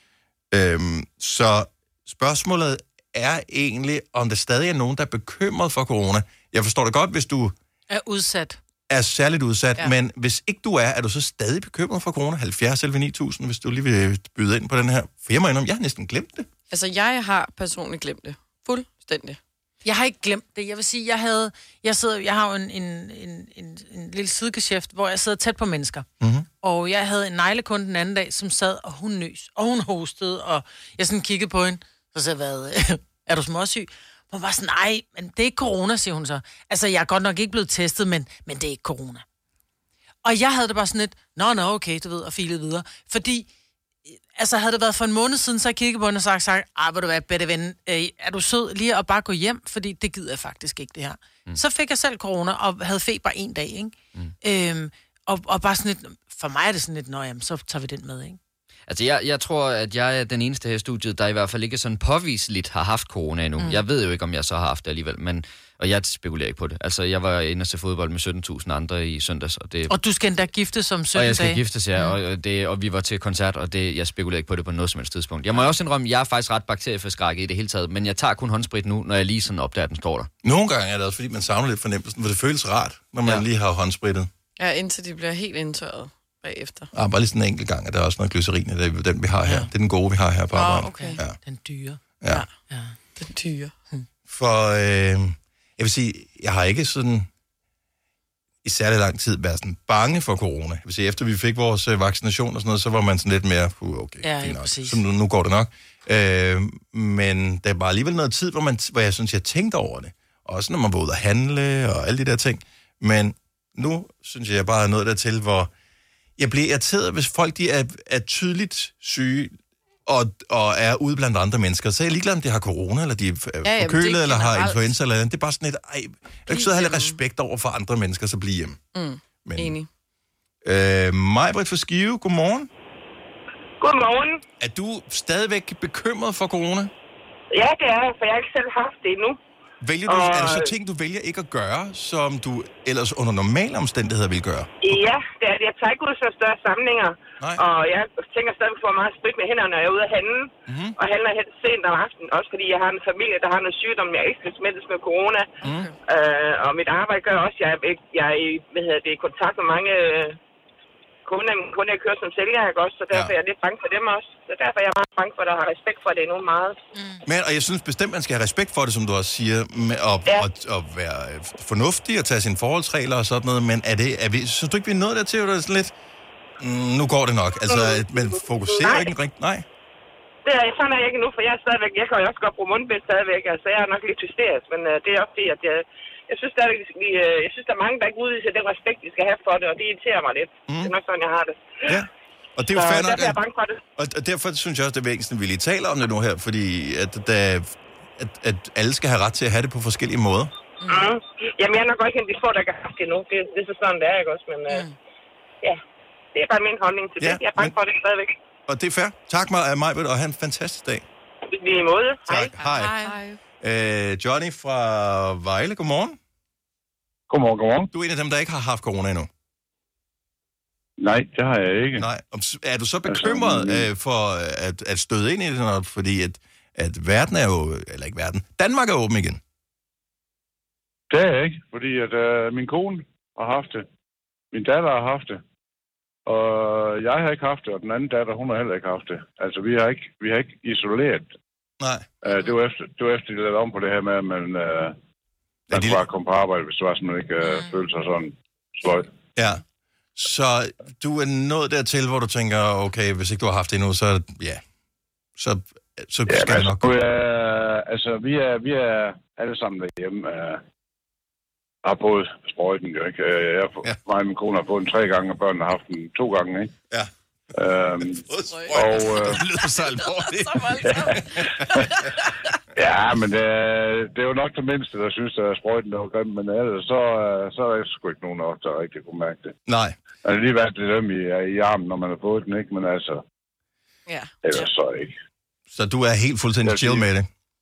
Øhm, så spørgsmålet er egentlig, om der stadig er nogen, der er bekymret for corona. Jeg forstår det godt, hvis du... Er udsat. Er særligt udsat, ja. Men hvis ikke du er, er du så stadig bekymret for corona? halvfjerds eller ni tusind, hvis du lige vil byde ind på den her. For jeg må indrømme, jeg har næsten glemt det. Altså, jeg har personligt glemt det. Fuldstændig. Jeg har ikke glemt det. Jeg vil sige, jeg havde... Jeg, sidder, jeg har jo en, en, en, en, en lille sidegeschæft, hvor jeg sidder tæt på mennesker. Mm-hmm. Og jeg havde en neglekunde den anden dag, som sad, og hun nøs, og hun hostede, og jeg sådan kiggede på hende, så sagde jeg, hvad, er du småsyg? Hun var sådan, nej, men det er ikke corona, siger hun så. Altså, jeg er godt nok ikke blevet testet, men, men det er ikke corona. Og jeg havde det bare sådan lidt, nå, nå, okay, du ved, og filet videre. Fordi, altså, havde det været for en måned siden, så jeg kiggede på hende og sagt, sagt ej, hvor du være bedre ven, øh, er du sød lige at bare gå hjem, fordi det gider jeg faktisk ikke, det her. Mm. Så fik jeg selv corona, og havde feber en dag, ikke? Mm. Øhm, og, og bare sådan lidt, for mig er det sådan lidt, nå, jamen, så tager vi den med, ikke? Altså, jeg, jeg tror, at jeg er den eneste her i studiet, der i hvert fald ikke sådan påviseligt har haft corona endnu. Mm. Jeg ved jo ikke, om jeg så har haft det alligevel, men, og jeg spekulerer ikke på det. Altså, jeg var inde og se fodbold med sytten tusind andre i søndags. Og, det, og du skal endda gifte som sytten dage. Og jeg skal giftes, ja, mm. og, det, og vi var til koncert, og det, jeg spekulerer ikke på det på noget som helst tidspunkt. Jeg må også indrømme, jeg er faktisk ret bakterieforskrækket i det hele taget, men jeg tager kun håndsprit nu, når jeg lige sådan opdager, at den står der. Nogle gange er det også, fordi man savner lidt fornemmelsen, for det føles rart, når man ja. lige har håndsprittet. Ja, indtil de bliver helt indtørret bagefter. Ah, bare lige sådan en enkelt gang, og der er også noget glycerin, det er den, vi har her. Ja. Det er den gode, vi har her på arbejde. Oh, okay. Ja. Den dyre. Ja. ja. Den dyre. Hmm. For, øh, jeg vil sige, jeg har ikke sådan i særlig lang tid været sådan bange for corona. Jeg vil sige, efter vi fik vores øh, vaccination og sådan noget, så var man sådan lidt mere, uh, okay, ja, fint ja, nok. præcis. Så nu, nu går det nok. Øh, men der var alligevel noget tid, hvor, man, hvor jeg synes, jeg tænkte over det. Også når man var ude at handle og alle de der ting. Men nu synes jeg bare er noget dertil, hvor jeg bliver irriteret, hvis folk de er, er tydeligt syge og, og er ude blandt andre mennesker. Så er jeg ligeglad, om de har corona, eller de er ja, forkølet, eller har generelt. influenza, eller andet. Det er bare sådan et, ej, jeg kan ikke sidde og have lidt respekt over for andre mennesker, så blive hjemme. Mm. Men, Enig. Øh, Maj-Brit fra Skive, godmorgen. Godmorgen. Er du stadigvæk bekymret for corona? Ja, det er jeg, for jeg har ikke selv haft det endnu. Vælger du, Og- er der så ting, du vælger ikke at gøre, som du ellers under normale omstændigheder vil gøre? Ja, det er det. Jeg tager ikke ud så større samlinger. Nej. Og jeg tænker stadig for meget sprit med hænderne, når jeg er ude at handle. Mm-hmm. Og handler helt sent om aftenen. Også fordi jeg har en familie, der har noget sygdom, jeg ikke skal smittes med corona. Mm. Øh, og mit arbejde gør også, at jeg, er- jeg er i, hvad hedder det, i kontakt med mange øh, kunder, kunder, jeg kører som sælger, ikke også? Så derfor ja. er jeg lidt bange for dem også. Så derfor er jeg meget bange for, at der har respekt for det endnu meget. Mm. Men, og jeg synes bestemt, man skal have respekt for det, som du også siger, med at, ja. at, at være fornuftig og tage sine forholdsregler og sådan noget, men er det, er vi, synes du ikke, vi er nået dertil, at det er sådan lidt, mm, nu går det nok, altså, mm. man fokuserer Nej. ikke rigtigt, nej. Det er, sådan er jeg ikke nu, for jeg er stadigvæk, jeg kan jo også godt bruge mundbind stadigvæk, altså jeg er nok lidt hysterisk, men uh, det er også fordi, at jeg, jeg synes stadigvæk, vi, uh, jeg synes, der er mange, der ikke udviser den respekt, de skal have for det, og det irriterer mig lidt. Mm. Det er nok sådan, jeg har det. Ja. Og det er jo Så fair nok, derfor er jeg bange for det. og, og derfor synes jeg også, det er væsentligt, at vi lige taler om det nu her, fordi at, der, at, at alle skal have ret til at have det på forskellige måder. Mm. Jamen, jeg er nok også en af de få, der ikke har haft det nu. Det, det er så sådan, det er, ikke også? Men uh, ja, det er bare min holdning til Ja, det. Jeg er bange men- for det stadigvæk. Og det er fair. Tak mig, Maj-Brit, og have en fantastisk dag. I lige måde. Tak. Hej. Hej. Øh, Johnny fra Vejle, godmorgen. Godmorgen, godmorgen. Du er en af dem, der ikke har haft corona endnu. Nej, det har jeg ikke. Nej. Og s- Er du så bekymret Altså, øh, for at, at støde ind i det, når- fordi at, at verden er jo, eller ikke verden, Danmark er åben igen? Det er jeg ikke, fordi at øh, min kone har haft det. Min datter har haft det. Og jeg har ikke haft det, og den anden datter, hun har heller ikke haft det. Altså, vi har ikke, vi har ikke isoleret. Nej. Uh, det, var efter, det var efter, de lavede om på det her med, at man, uh, man kunne bare komme på arbejde, hvis det var, så man ikke uh, følte sig sådan sløj. Ja. Så du er nået dertil, hvor du tænker, okay, hvis ikke du har haft det endnu, så ja, så, så Ja, skal det altså, nok gå. nu er, altså, vi er, vi er alle sammen derhjemme. Uh, har fået sprøjten, jo ikke? Uh, jeg, ja. Mig og min kone har fået den tre gange, og børnene har haft den to gange, ikke? Ja. Øhm, og, øh, det lyder så alvorligt. ja, men det, det er jo nok det mindste, der synes, at sprøjten er grim, men ellers så, øh, så er der sgu ikke nogen af os, der rigtig kunne mærke det. Nej. Der er lige været lidt øm i, i armen, når man har fået den, ikke? Men altså, ja. ellers så ikke. Så du er helt fuldstændig chill med det?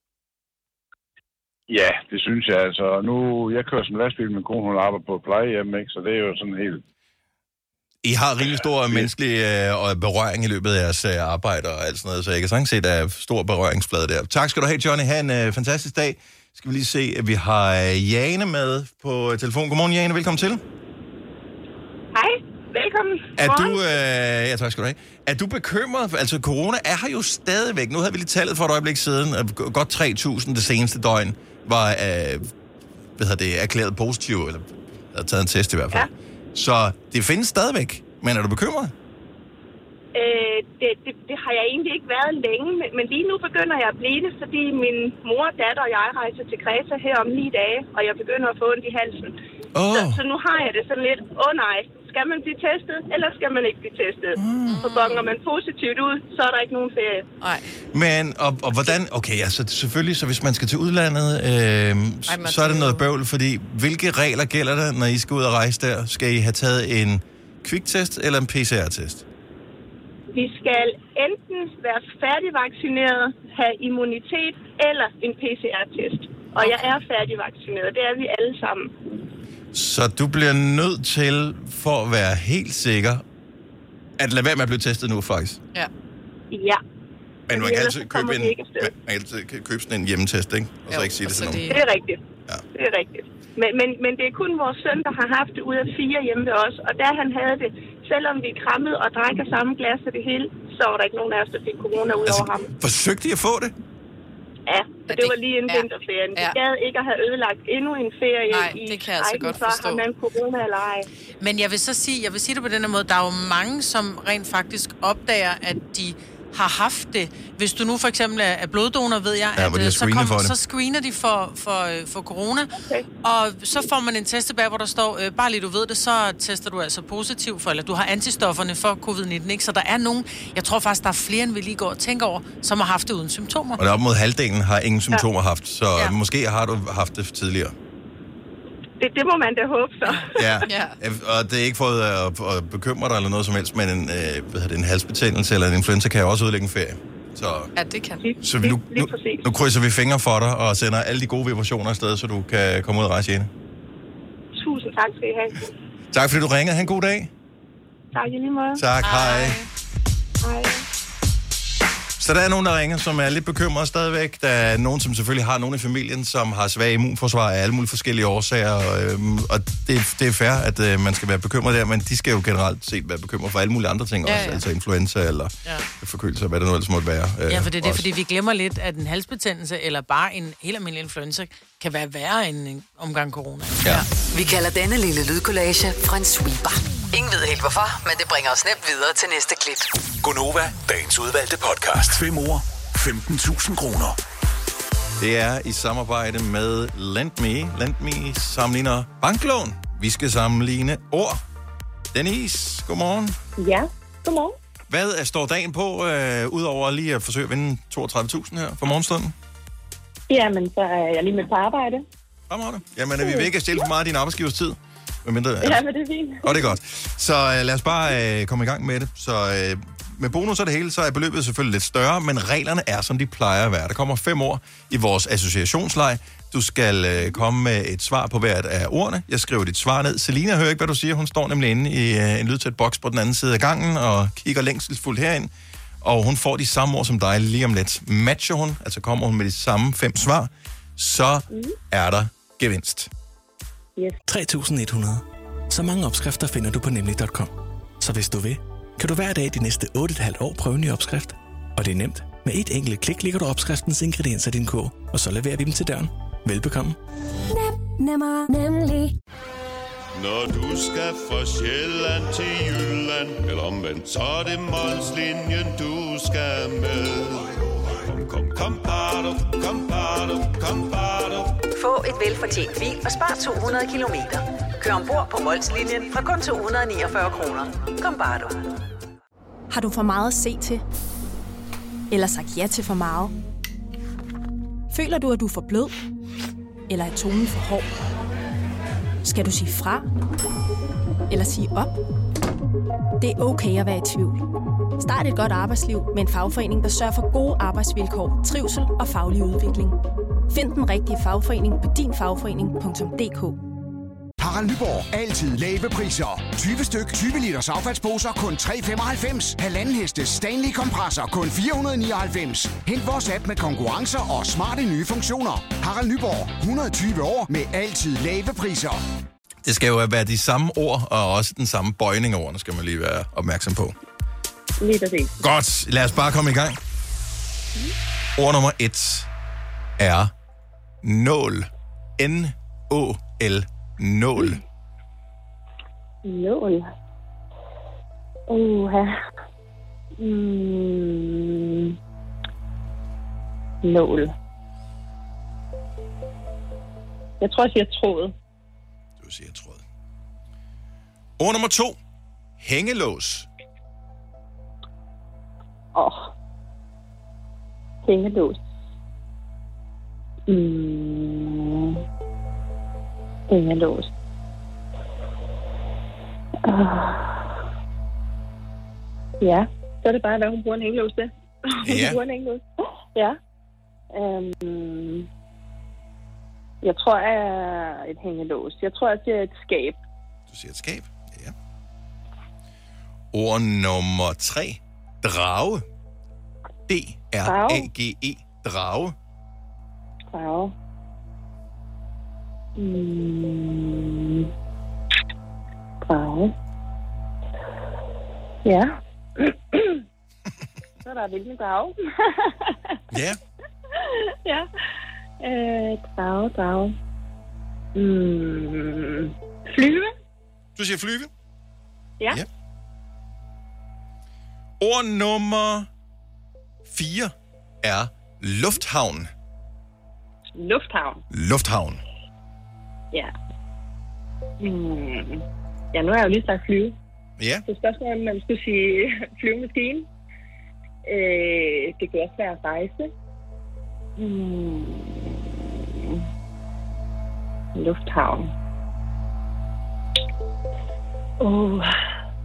Ja, det synes jeg altså. Nu, jeg kører som lastbil, min kone, hun arbejder på et plejehjem, ikke? Så det er jo sådan helt... I har rimelig stor menneskelig øh, berøring i løbet af jeres øh, arbejde og alt sådan noget, så jeg kan sagtens se, at der er stor berøringsflade der. Tak skal du have, Johnny. Ha' en øh, fantastisk dag. Skal vi lige se, at vi har øh, Jane med på telefon. Godmorgen, Jane. Velkommen til. Hej, velkommen. Er du, øh, ja, tak skal du have. Er du bekymret? Altså, corona er her jo stadigvæk. Nu havde vi lige tallet for et øjeblik siden. At godt tre tusind det seneste døgn var øh, hvad hedder det, erklæret positiv, eller havde taget en test i hvert fald. Ja. Så det findes stadigvæk. Men er du bekymret? Øh, det, det, det har jeg egentlig ikke været længe, men, men lige nu begynder jeg at blive det, fordi min mor, datter og jeg rejser til Kreta her om ni dage, og jeg begynder at få ondt i halsen. Oh. Så, så nu har jeg det sådan lidt, åh oh, nej, skal man blive testet, eller skal man ikke blive testet? Mm. For bonger man positivt ud, så er der ikke nogen ferie. Nej. Men, og, og hvordan... Okay, altså selvfølgelig, så hvis man skal til udlandet, øh, Ej, så er det noget bøvl, fordi hvilke regler gælder der, når I skal ud og rejse der? Skal I have taget en kviktest eller en P C R-test? Vi skal enten være færdigvaccineret, have immunitet eller en P C R-test. Og jeg er færdigvaccineret, det er vi alle sammen. Så du bliver nødt til, for at være helt sikker, at lade være med at blive testet nu, faktisk. Ja. Ja. Men man kan altid købe en, man, man kan altid købe sådan en hjemmetest, ikke? Og så Jo, ikke sige det til nogen. Det er rigtigt. Ja. Det er rigtigt. Men, men, men det er kun vores søn, der har haft det ud af fire hjemme ved os. Og da han havde det, selvom vi krammede og drak af samme glas og det hele, så var der ikke nogen af os, der fik corona ud altså, over ham. Forsøgte I at få det? Ja, for det var lige en ja. vinterferien. Vi ja. gad ikke at have ødelagt endnu en ferie. Nej, i det kan jeg altså godt forstå. Så har man corona eller ej. Men jeg vil så sige, jeg vil sige det på den måde, der er jo mange, som rent faktisk opdager, at de har haft det. Hvis du nu for eksempel er bloddonor, ved jeg, ja, at så, kom, så screener de for, for, for corona, okay. og så får man en test tilbage, hvor der står, øh, bare lige du ved det, så tester du altså positiv for, eller du har antistofferne for covid nitten, ikke? Så der er nogen, jeg tror faktisk, der er flere, end vi lige går og tænker over, som har haft det uden symptomer. Og der op mod halvdelen har ingen symptomer ja. haft, så ja. måske har du haft det tidligere. Det, det må man da håbe så. Ja, ja. Og det er ikke for at, at bekymre dig eller noget som helst, men en, øh, hvad det, en halsbetændelse eller en influenza kan jo også ødelægge en ferie. Så, ja, det kan. Så vi nu, nu, nu krydser vi fingre for dig og sender alle de gode vibrationer afsted, så du kan komme ud og rejse igen. Tusind tak skal I have. Tak fordi du ringede. Ha' en god dag. Tak i lige måde. Tak, hej. Hej. Så der er nogen, der ringer, som er lidt bekymrede stadigvæk. Der er nogen, som selvfølgelig har nogen i familien, som har svag immunforsvar af alle mulige forskellige årsager. Og, øhm, og det, det er fair, at øh, man skal være bekymret der, men de skal jo generelt set være bekymret for alle mulige andre ting ja, også. Ja. Altså influenza eller ja. forkølelse, hvad det nu ellers måtte være. Øh, ja, for det er det, også. fordi vi glemmer lidt, at en halsbetændelse eller bare en helt almindelig influenza kan være værre end en omgang corona. Ja. Ja. Vi kalder denne lille lydkollage en sweeper. Ingen ved helt hvorfor, men det bringer os nemt videre til næste klip. Gonova, dagens udvalgte podcast. Fem ord, femten tusind kroner. Det er i samarbejde med LendMe. LendMe sammenligner banklån. Vi skal sammenligne ord. Denise, godmorgen. Ja, godmorgen. Hvad er, står dagen på, øh, udover lige at forsøge at vinde toogtredive tusind her for morgenstunden? Jamen, så er jeg lige med på arbejde. Fremragende. Jamen, vi vil ikke stille for meget af din arbejdsgivers tid. Mindre, ja, men det er fint. Og det er godt. Så øh, lad os bare øh, komme i gang med det. Så øh, med bonus og det hele, så er beløbet selvfølgelig lidt større, men reglerne er, som de plejer at være. Der kommer fem ord i vores associationsleg. Du skal øh, komme med et svar på hvert af ordene. Jeg skriver dit svar ned. Selina hører ikke, hvad du siger. Hun står nemlig inde i øh, en lydtæt boks på den anden side af gangen og kigger længselsfuldt herind. Og hun får de samme ord som dig lige om lidt. Matcher hun, altså kommer hun med de samme fem svar, så mm. er der gevinst. Yes. tre tusind et hundrede. Så mange opskrifter finder du på nemlig punktum com. Så hvis du vil, kan du hver dag de næste otte komma fem år prøve en ny opskrift. Og det er nemt. Med et enkelt klik ligger du opskriftens ingredienser i din kog, og så leverer vi dem til døren. Velbekomme. Nem, nemmer, nemlig. Når du skal fra Sjælland til Jylland, eller omvendt, så er det Molslinjen, du skal med. Kom, kom, kom, bado, kom, bado, kom, bado. Få et velfortjent bil og spar to hundrede kilometer. Kør ombord på Molslinjen fra kun to hundrede niogfyrre kroner. Kom bare du. Har du for meget at se til? Eller sagt ja til for meget? Føler du, at du er for blød? Eller er tonen for hård? Skal du sige fra? Eller sige op? Det er okay at være i tvivl. Start et godt arbejdsliv med en fagforening, der sørger for gode arbejdsvilkår, trivsel og faglig udvikling. Find den rigtige fagforening på din fagforening punktum d k. Harald Nyborg. Altid lave priser. tyve styk, tyve liters affaldsposer kun tre komma femoghalvfems. Halvanden heste Stanley kompresser kun fire hundrede nioghalvfems. Hent vores app med konkurrencer og smarte nye funktioner. Harald Nyborg. hundrede og tyve år med altid lave priser. Det skal jo være de samme ord, og også den samme bøjning af ordene, skal man lige være opmærksom på. Lige præcis. Godt, lad os bare komme i gang. Ord nummer et er nål. N O L. Nål. Nål. Uha. Mm. Nål. Jeg tror, jeg siger tråd. Du siger tråd. Ord nummer to. Hængelås. Åh. Oh. Hængelås. Mm. Hængelås. Uh. Ja, så er det bare, hvad hun bruger en hængelås til. Hun Ja. bruger en hængelås. Ja. Um. Jeg tror, jeg er et hængelås. Jeg tror, jeg siger et skab. Du siger et skab? Ja. Ord nummer tre. Drage. D R A G E. Drage. Drage. Mm. Drage. Ja. Så er der hvilken drage. Ja. Ja. Øh, drage, drage. Mm. Flyve. Du siger flyve? Ja. Ja. Ord nummer fire er lufthavn. Lufthavn. Lufthavn. Ja. Mm. Ja, nu har jeg jo lige sagt flyve. Ja. Så spørgsmålet om man skulle sige flyvemaskine. Øh, det kan også være rejse. Mm. Lufthavn. Åh. Oh.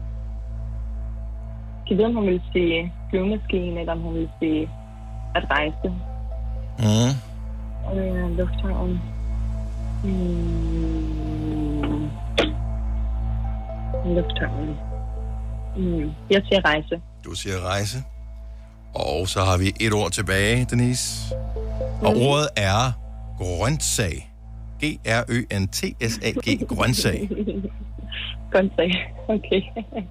Jeg ved, om hun vil sige flyvemaskine, eller om hun vil sige at rejse. Mm. Øh, lufthavn. Mm. Lufthavn. Mm. Jeg siger rejse. Du siger rejse. Og så har vi et ord tilbage, Denise. Og Mm. ordet er grøntsag. G R Ø N T S A G. Grøntsag. Grøntsag. Okay.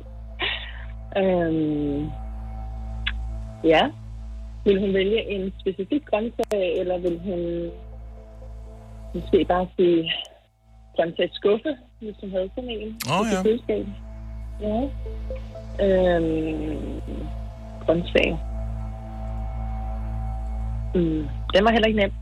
øhm. Ja. Vil hun vælge en specifik grøntsag, eller vil hun måske bare sige grøntsag skuffe, hvis hun havde sådan en? Åh, i ja. sit køleskab? Ja. Øhm. Grøntsag. Mm. Den var heller ikke nem.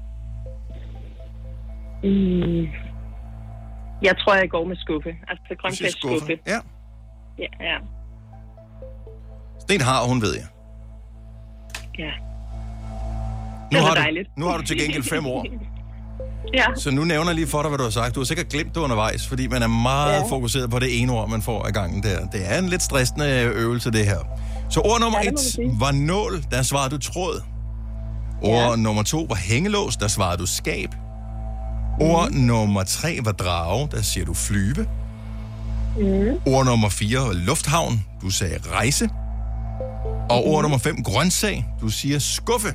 Mm. Jeg tror, jeg går med skuffe. Altså grøntsag skuffe. Ja. Ja, ja. Den har hun, ved jeg. Ja. Nu Det var har, du, dejligt. nu har du til gengæld fem ord. Ja. Så nu nævner jeg lige for dig, hvad du har sagt. Du har sikkert glemt det undervejs, fordi man er meget Ja. fokuseret på det ene ord, man får af gangen der. Det er en lidt stressende øvelse, det her. Så ord nummer Ja, det må man et sige. var nål, der svarede du tråd. Ord nummer to var hængelås, der svarede du skab. Ord nummer tre var drage, der siger du flyve. Mm. Ord nummer fire var lufthavn, du sagde rejse. Og ord nummer fem, grøntsag, du siger skuffe.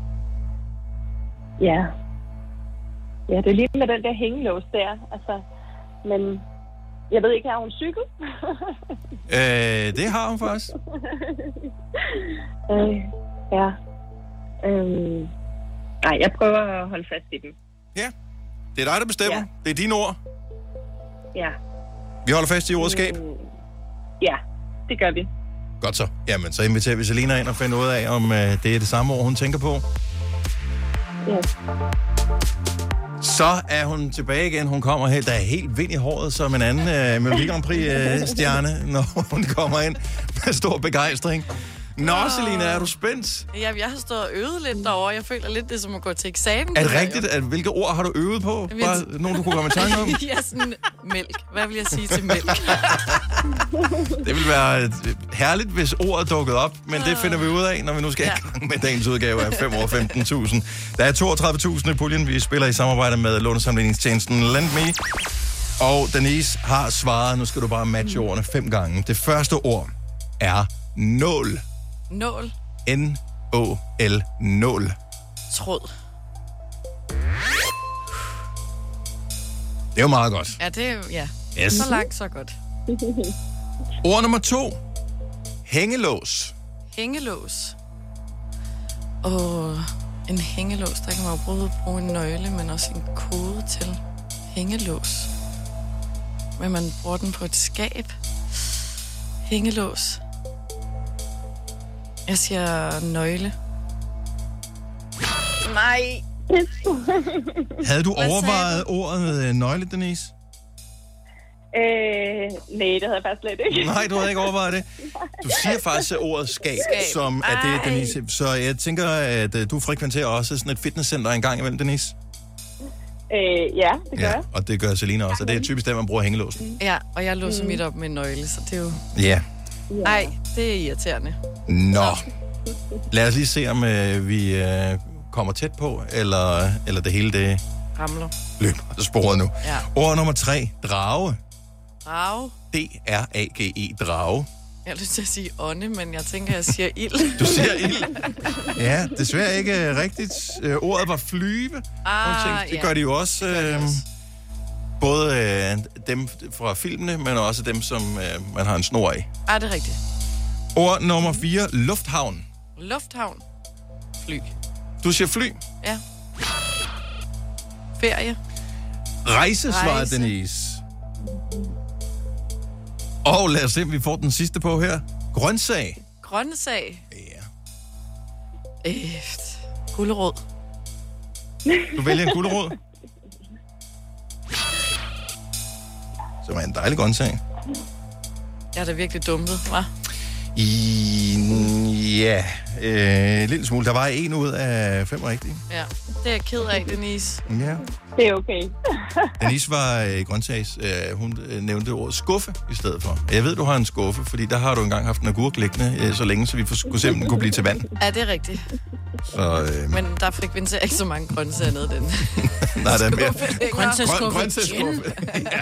Ja. Ja, det er lige med den der hængelås der. Altså, men jeg ved ikke, har hun cykel? Øh, det har hun faktisk. øh, ja. Øhm. Nej, jeg prøver at holde fast i dem. Ja. Det er dig, der bestemmer. Ja. Det er dine ord. Ja. Vi holder fast i ordskab. Mm. Ja, det gør vi. Godt så. Jamen, så inviterer vi Selina ind og finder ud af, om øh, det er det samme ord, hun tænker på. Ja. Så er hun tilbage igen. Hun kommer her, der er helt vind i håret som en anden øh, Melodi Grand Prix-stjerne, når hun kommer ind med stor begejstring. Nå, Selina, er du spændt? Ja, jeg har stået og øvet lidt derovre. Jeg føler lidt, det er som at gå til eksamen. Er det rigtigt? At, hvilke ord har du øvet på? Jeg ved- Bare nogen, du kunne komme i tanke om? Ja, sådan mælk. Hvad vil jeg sige til mælk? Det ville være et- herligt, hvis ordet dukkede op, men det finder vi ud af, når vi nu skal ja. i gang med dagens udgave af fem år femten tusind. Der er toogtredive tusind i puljen, vi spiller i samarbejde med lånesamligningstjenesten LendMe. Og Denise har svaret, nu skal du bare matche ordene fem gange. Det første ord er nål. Nål. N O L nål. Tråd. Det er jo meget godt. Ja, det er jo, ja. Yes. Så langt, så godt. Ord nummer to. Hængelås. Hængelås. Og en hængelås, der kan man jo både bruge en nøgle, men også en kode til. Hængelås. Men man bruger den på et skab. Hængelås. Jeg siger nøgle. Nej. Havde du Hvad sagde overvejet ordet øh, nøgle, Denise? Øh, nej, det havde jeg faktisk slet ikke. Nej, du havde ikke overvejet det. Du siger faktisk ordet skab, Skab. som er det, Ej. Denise. Så jeg tænker, at øh, du frekventerer også sådan et fitnesscenter en gang imellem, Denise. Øh, ja, det gør Ja, jeg. og det gør Selina også, og det er typisk der, man bruger hængelåsen. Ja, og jeg låser mit op med en nøgle, så det er jo... Ja. Nej, det er irriterende. Nå. Lad os lige se, om øh, vi øh, kommer tæt på, eller, eller det hele det Ramler. løber af sporet nu. Ja. Ord nummer tre. Drage. Drage. D R A G E. Drage. Jeg har lyst til at sige ånde, men jeg tænker, jeg siger ild. Du siger ild. Ja, desværre ikke øh, rigtigt. Øh, ordet var flyve. Ah, Nogle ting. Det ja. gør de jo også. Øh, Både øh, dem fra filmene, men også dem, som øh, man har en snor i. Ja, det er rigtigt. Ord nummer fire, lufthavn. Lufthavn. Fly. Du siger fly. Ja. Ferie. Rejse, svarer Rejse. Denise. Og lad os se, om vi får den sidste på her. Grøntsag. Grøntsag. Ja. Øh, gulerod. Du vælger en gulerod. Som er en dejlig grøntsag. Jeg er da virkelig dumpet, hva'? I, ja, øh, en lille smule. Der var en ud af fem rigtige. Ja, det er jeg ked af, Denise. Ja. Det er okay. Denise var øh, grøntsags. Øh, hun øh, nævnte ordet skuffe i stedet for. Jeg ved, du har en skuffe, fordi der har du engang haft en agurk liggende øh, så længe, så vi kunne se, om den kunne blive til vand. Ja, det er rigtigt. Så, øh, Men der frekventerer ikke så mange grøntsager ned den. nej, der er mere. Grøntsagsskuffe. Grøn, grøntsagsskuffe.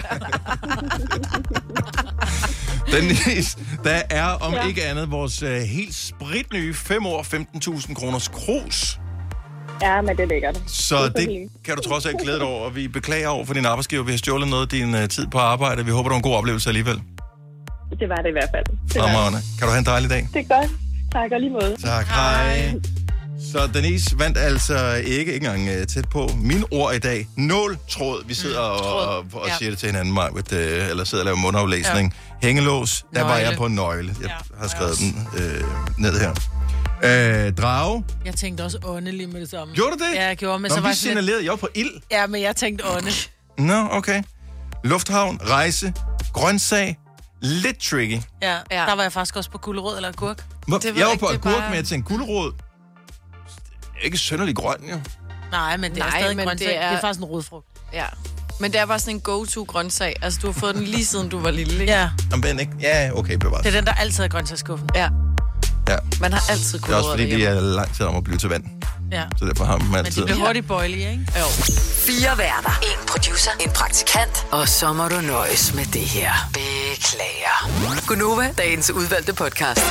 Denise, der er om ja. ikke andet vores øh, helt spritnye fem år femten tusind kroners krus. Ja, men det er lækkert. Så det, det kan du trods alt glæde dig over, og vi beklager over for din arbejdsgiver. Vi har stjålet noget af din uh, tid på arbejde. Vi håber, du har en god oplevelse alligevel. Det var det i hvert fald. Det var det. Kan du have en dejlig dag? Det er godt. Tak og lige måde. Tak, hej. Så Denise vandt altså ikke, ikke engang uh, tæt på. Min ord i dag, nål tråd. Vi sidder mm, og, og, og ja. siger det til hinanden, Majbet, uh, eller sidder og laver mundaflæsning. Ja. Hængelås, der nøgle. Var jeg på nøgle. Jeg ja, har skrevet den uh, ned her. Øh, drage. Jeg tænkte også ånde lige med det samme. Gjorde du det? Ja, jeg gjorde. Men Nå, så vi var signalerede, jeg var på ild. Ja, men jeg tænkte ånde. Nå, okay. Lufthavn, rejse, grøntsag, lidt tricky. Ja, ja, der var jeg faktisk også på gulerod eller agurk. Hvor, jeg var på agurk, bare... men jeg tænkte gulerod. Ikke synderlig grøn, jo. Nej, men det er Nej, stadig men grøntsag. det er... Det er faktisk en rodfrugt. Ja. Men det er bare sådan en go-to grøntsag. Altså, du har fået den lige siden du var lille, ikke? Ja. Men ikke? Ja, okay, bevares. Det er den, der altid er grøntsagsskuffen. Ja. Ja. Man har altid det er også fordi, de er lang tid om at blive til vand. Ja. Så derfor har man altid... Men de bliver hurtigt boily, ikke? Jo. Fire værter. En producer. En praktikant. Og så må du nøjes med det her. Beklager. Gunova, dagens udvalgte podcast.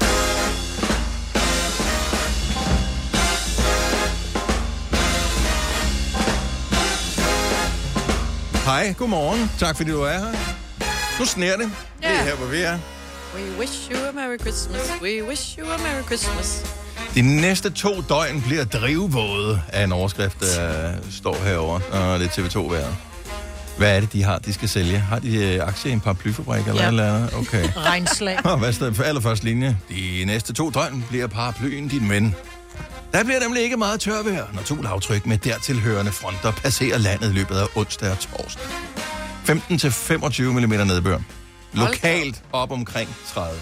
Hej, godmorgen. Tak fordi du er her. Nu sner det. Ja. Det er her, hvor vi er. We wish you a Merry Christmas. We wish you a Merry Christmas. De næste to døgn bliver drivvåde af en overskrift, der står herovre. Og det er T V to-vejret. Hvad er det, de har, de skal sælge? Har de uh, aktier i en paraplyfabrik eller ja. eller andet? Okay. Regnslag. Hvad er det for allerførste linje? De næste to døgn bliver paraplyen din ven. Der bliver nemlig ikke meget tørvejr, når to lavtryk med dertilhørende fronter passerer landet i løbet af onsdag og torsdag. femten til femogtyve millimeter nedbør. Lokalt op omkring tredive.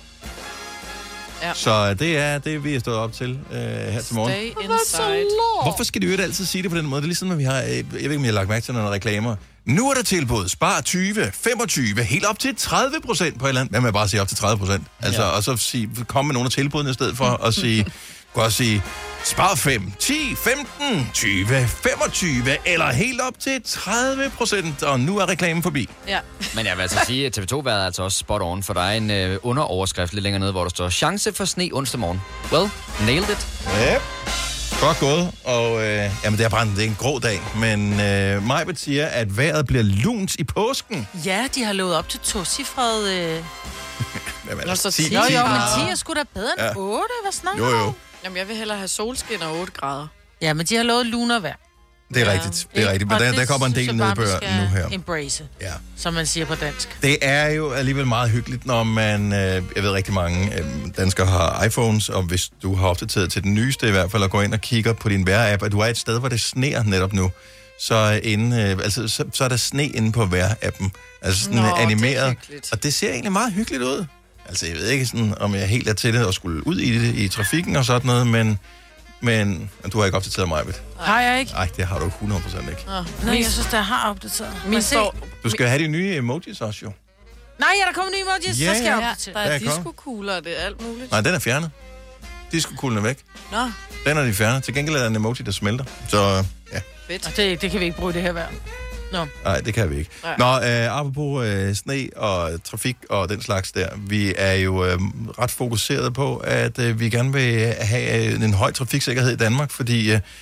Ja. Så det er det, vi er stået op til øh, her til morgen. Stay inside. Hvorfor skal de jo altid sige det på den måde? Det er ligesom, at vi har, jeg ved ikke, om jeg har lagt mærke til nogle reklamer. Nu er der tilbud. Spar tyve, femogtyve, helt op til tredive procent på et eller andet. Hvad med bare at sige op til tredive procent? Altså, ja. Og så sige, komme med nogle af tilbudene i stedet for at sige, godt sige, spar fem, ti, femten, tyve, femogtyve, eller helt op til tredive procent, og nu er reklamen forbi. Ja. Men jeg vil altså sige, at T V to-vejret er altså også spot on, for der er en øh, underoverskrift lidt længere nede, hvor der står, chance for sne onsdag morgen. Well, nailed it. Yep. Godt gået, og øh, jamen, det er bare en, det er en grå dag, men øh, Majbet siger, at vejret bliver lunt i påsken. Ja, de har lovet op til tocifret... Øh... Jamen, Nå, så ti, ti, jo, jo, men grader. ti er sgu da bedre end Ja. otte, hvad snakker Jo, du jo. om? Jamen, jeg vil hellere have solskin og otte grader. Ja, men de har lovet luner vejr. Det er ja. rigtigt, det er rigtigt, men Og der, det der kommer en synes del jeg bare, vi nedbør skal nu her. Embrace, Ja. som man siger på dansk. Det er jo alligevel meget hyggeligt, når man, øh, jeg ved rigtig mange øh, danskere har iPhones, og hvis du har opdateret til den nyeste i hvert fald, og går ind og kigger på din vejr-app, og du er et sted, hvor det sneer netop nu, så, inde, øh, altså, så, så er der sne inde på vejr-appen, altså sådan Nå, Nå, animeret, det og det ser egentlig meget hyggeligt ud. Altså jeg ved ikke, sådan, om jeg helt er til det og skulle ud i det i trafikken og sådan noget, men, men du har ikke opdateret mig, Vitt. Har jeg ikke? Nej, det har du hundrede procent ikke. Nå, jeg synes, der har opdateret. Min står... Du skal have de nye emojis også, jo. Nej, ja, der kommer nye emojis, Ja, så skal jeg Ja, opdatere. der Ja, er kom. disco-kugler, og det er alt muligt. Nej, den er fjernet. Disco-kuglen er væk. Nå, Den er de fjernet. Til gengæld er der en emoji, der smelter. Så ja, fedt. Og det, det kan vi ikke bruge i det her vejr. Nå. nej, det kan vi ikke. Nej. Nå, øh, apropos øh, sne og trafik og den slags der. Vi er jo øh, ret fokuseret på, at øh, vi gerne vil have øh, en høj trafiksikkerhed i Danmark, fordi øh,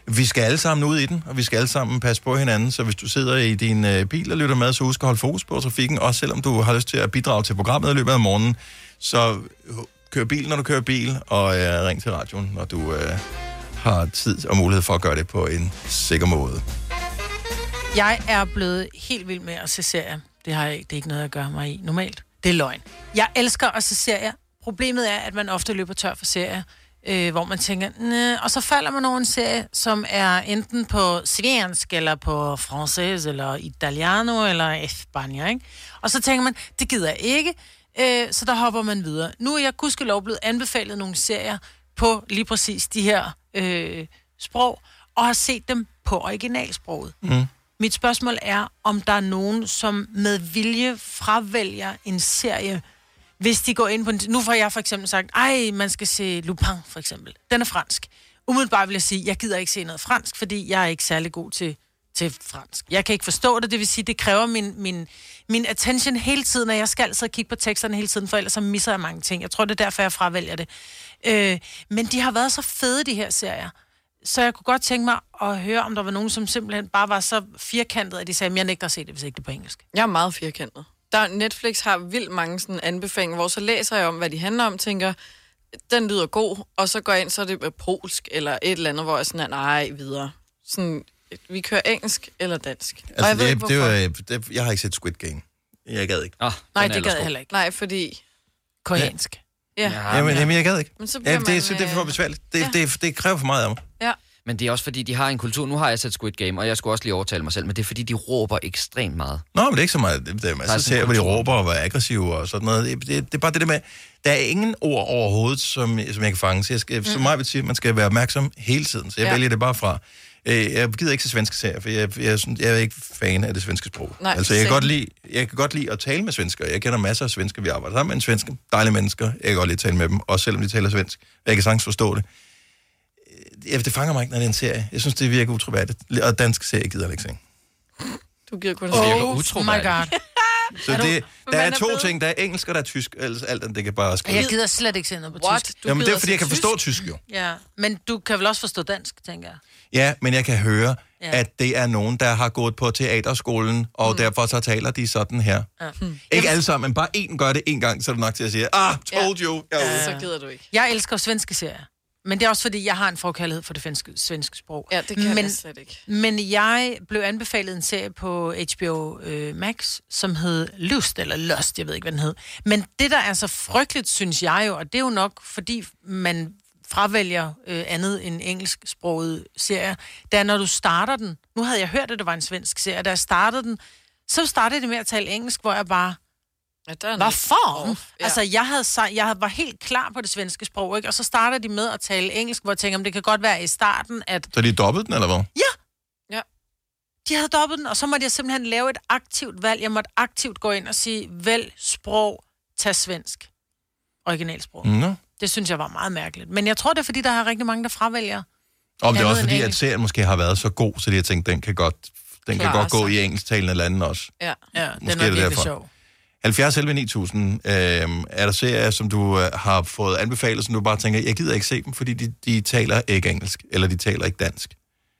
Vi skal alle sammen ud i den, og vi skal alle sammen passe på hinanden, så hvis du sidder i din øh, bil og lytter med, så husk at holde fokus på trafikken, også selvom du har lyst til at bidrage til programmet i løbet af morgenen, så kør bil, når du kører bil, og øh, ring til radioen, når du øh, har tid og mulighed for at gøre det på en sikker måde. Jeg er blevet helt vild med at se serier. Det har jeg ikke, det er ikke noget, jeg gør mig i normalt. Det er løgn. Jeg elsker at se serier. Problemet er, at man ofte løber tør for serier, øh, hvor man tænker, næh, og så falder man over en serie, som er enten på svensk, eller på francais, eller italiano, eller españa, ikke? Og så tænker man, det gider jeg ikke, øh, så der hopper man videre. Nu er jeg gudskelov blevet anbefalet nogle serier på lige præcis de her øh, sprog, og har set dem på originalsproget. Mm. Mit spørgsmål er, om der er nogen, som med vilje fravælger en serie, hvis de går ind på en... Nu får jeg for eksempel sagt, ej, man skal se Lupin, for eksempel. Den er fransk. Umiddelbart vil jeg sige, jeg gider ikke se noget fransk, fordi jeg er ikke særlig god til, til fransk. Jeg kan ikke forstå det, det vil sige, det kræver min, min, min attention hele tiden, og jeg skal altså kigge på teksterne hele tiden, for ellers så misser jeg mange ting. Jeg tror, det er derfor, jeg fravælger det. Øh, men de har været så fede, de her serier. Så jeg kunne godt tænke mig at høre, om der var nogen, som simpelthen bare var så firkantet, at de sagde, at jeg nægter at se det, hvis ikke det er på engelsk. Jeg er meget firkantet. Der, Netflix har vildt mange sådan anbefalinger, hvor så læser jeg om, hvad de handler om, tænker, den lyder god, og så går jeg ind, så er det polsk, eller et eller andet, hvor jeg sådan er, nej, videre. Sådan, vi kører engelsk eller dansk. Altså, og jeg det, ved ikke, det var, det, jeg har ikke set Squid Game. Jeg gad ikke. Oh, nej, det gad jeg heller ikke. Nej, fordi... Koreansk. Ja. ja. Jamen, jamen, jeg gad ikke. Men så ja, man, det, øh... det er for besværligt. Det, ja. det, det, det kræver for meget af mig. Ja. Men det er også fordi, de har en kultur. Nu har jeg set Squid Game, og jeg skulle også lige overtale mig selv, men det er fordi, de råber ekstremt meget. Nå, men det er ikke så meget. Det, det er masser af serier, hvor de råber og er aggressive og sådan noget. Det, det, det er bare det der med, der er ingen ord overhovedet, som, som jeg kan fange. Så jeg skal, mm. som mig vil sige, man skal være opmærksom hele tiden. Så jeg ja. vælger det bare fra. Jeg gider ikke se svenske serier, for jeg, jeg, jeg, jeg er ikke fan af det svenske sprog. Nej, altså, jeg kan, godt lide, jeg kan godt lide at tale med svensker. Jeg kender masser af svensker, vi arbejder sammen med svensker. Dejlige mennesker. Jeg kan godt lide at tale med dem, også selvom de taler svensk. Jeg kan sagtens forstå det. Det fanger mig ikke, når det er en serie. Jeg synes, det virker utroværdigt. Og dansk serie gider jeg ikke se. Du gider kun at se. Oh my god. Så det, der er, er to blevet... ting. Der er engelsk, og der er tysk. Ellers alt andet, det kan bare skrive. Jeg gider slet ikke se noget på What? tysk. Jamen, det er, fordi jeg kan tysk? forstå tysk, jo. Ja, men du kan vel også forstå dansk, tænker jeg. Ja, men jeg kan høre, ja. at det er nogen, der har gået på teaterskolen, og mm. derfor så taler de sådan her. Ja. Hmm. Ikke alle sammen, men bare én gør det en gang, så er det nok til at sige, ah, told you. Ja. Så gider du ikke. Jeg elsker svenske serier. Men det er også fordi, jeg har en forkærlighed for det svenske, svenske sprog. Ja, det kan men, jeg slet ikke. Men jeg blev anbefalet en serie på H B O øh, Max, som hed Lust, eller Lust, jeg ved ikke, hvad den hed. Men det, der er så frygteligt, synes jeg jo, og det er jo nok, fordi man fravælger øh, andet end engelsksproget serier, det er, når du starter den. Nu havde jeg hørt, at det var en svensk serie, da jeg startede den, så startede det med at tale engelsk, hvor jeg bare... Ja, hvad for? Ja. Altså, jeg, havde, jeg var helt klar på det svenske sprog, ikke? Og så starter de med at tale engelsk, hvor jeg tænker, om det kan godt være i starten, at... Så de dobbelt den, eller hvad? Ja! Ja. De havde dobbelt den, og så måtte jeg simpelthen lave et aktivt valg. Jeg måtte aktivt gå ind og sige, vælg sprog, tag svensk. Originalsprog. Mm. Det synes jeg var meget mærkeligt. Men jeg tror, det er, fordi der er rigtig mange, der fravælger. Om det er også fordi, at serien måske har været så god, så de har tænkt, den kan godt, den kan godt gå i engelsktalende lande også. Ja, ja måske den er, er virkelig sjov. halvfjerds elleve ni tusind, øh, er der serier, som du øh, har fået anbefalet, som du bare tænker, jeg gider ikke se dem, fordi de, de taler ikke engelsk, eller de taler ikke dansk.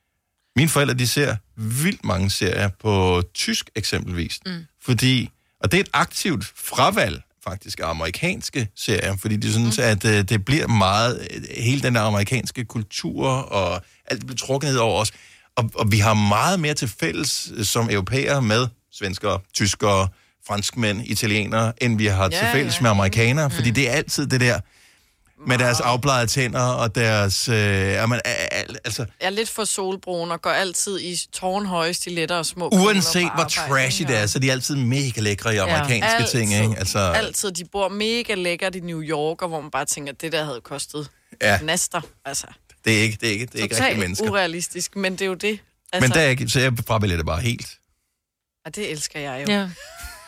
Mine forældre, de ser vildt mange serier på tysk eksempelvis, mm. fordi, og det er et aktivt fravalg faktisk af amerikanske serier, fordi de synes, mm. at øh, det bliver meget, øh, hele den der amerikanske kultur, og alt det bliver trukket ned over os, og, og vi har meget mere til fælles øh, som europæere med svenskere, tyskere, franskmænd, italienere, end vi har ja, til fælles ja. med amerikanere, mm. fordi det er altid det der med deres afbladede tænder og deres... Øh, jamen, altså, jeg er lidt for solbrun og går altid i tårnhøje stiletter og små... Uanset hvor trashy det er, så er de altid mega lækre i amerikanske ja, ting, ikke? Altså, altid. De bor mega lækkert i New York, og hvor man bare tænker, det der havde kostet ja. naster. Altså, det er ikke, det er ikke, det er ikke rigtige mennesker. Urealistisk, men det er jo det. Altså, men der er ikke, så jeg fravælger det bare helt. Og det elsker jeg jo. Ja.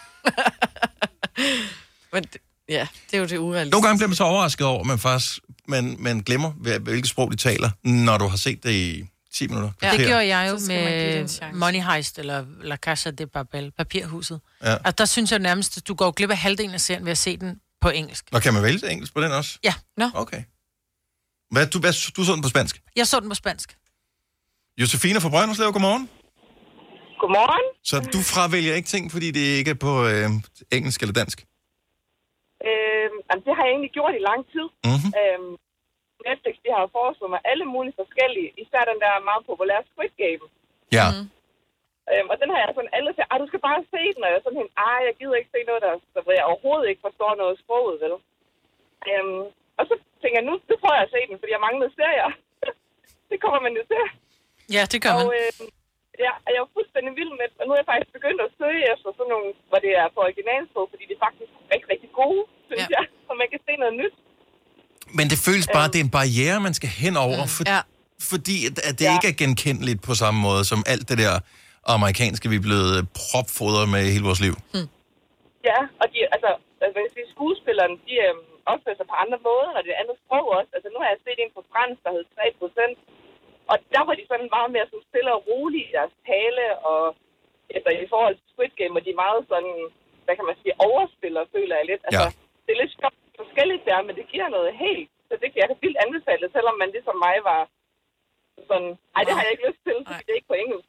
Men ja, det er jo det urealistiske. Nogle gange bliver man så overrasket over, men faktisk man, man glemmer, hvilket sprog de taler, når du har set det i ti minutter. Ja. Det gjorde jeg jo med Money Heist, eller La Casa de Papel, Papirhuset. Ja. Og der synes jeg nærmest, at du går glip af halvdelen af serien ved at se den på engelsk. Nå, kan man vælge engelsk på den også? Ja. Nå. Okay. Hvad, du, hvad, du så den på spansk? Jeg så den på spansk. Josefine fra Brønderslev, godmorgen. Godmorgen. Så du fravælger ikke ting, fordi det ikke er på øh, engelsk eller dansk? Øhm, altså, det har jeg egentlig gjort i lang tid. Mm-hmm. Øhm, Netflix, de har foreslået mig alle mulige forskellige, især den der meget populære Squid Game. Ja. Mm. Øhm, og den har jeg sådan alle til, ah, du skal bare se den, og jeg er sådan helt, ah, jeg gider ikke se noget, der, der jeg overhovedet ikke forstår noget sproget, vel? Øhm, og så tænker jeg, nu, nu prøver jeg at se den, fordi jeg manglede serier. Det kommer man jo til. Ja, det gør man. Og, øhm, ja, jeg er jo fuldstændig vild med, og nu er jeg faktisk begyndt at søge efter sådan nogle, hvor det er på originalsprog, fordi det er faktisk rigtig, rigtig gode, synes ja. jeg, og man kan se noget nyt. Men det føles bare, at det er en barriere, man skal hen over, for, ja. fordi at det ja. ikke er genkendeligt på samme måde som alt det der amerikanske, vi er blevet propfodret med hele vores liv. Mm. Ja, og de, altså, altså skuespillerne, de øhm, opfører sig på andre måder, og det er andet sprog også. Altså, nu har jeg set en på fransk, der hed tre procent, og der var de sådan meget mere sådan stille og rolige i deres tale, og altså, i forhold til Squid Game, og de er meget sådan, hvad kan man sige, overspiller, føler jeg lidt. Altså, ja. Det er lidt sjovt forskelligt der, men det giver noget helt. Så det kan jeg kan vildt anbefale, selvom man ligesom mig var sådan, ej, det har jeg ikke lyst til, fordi det er ikke på engelsk.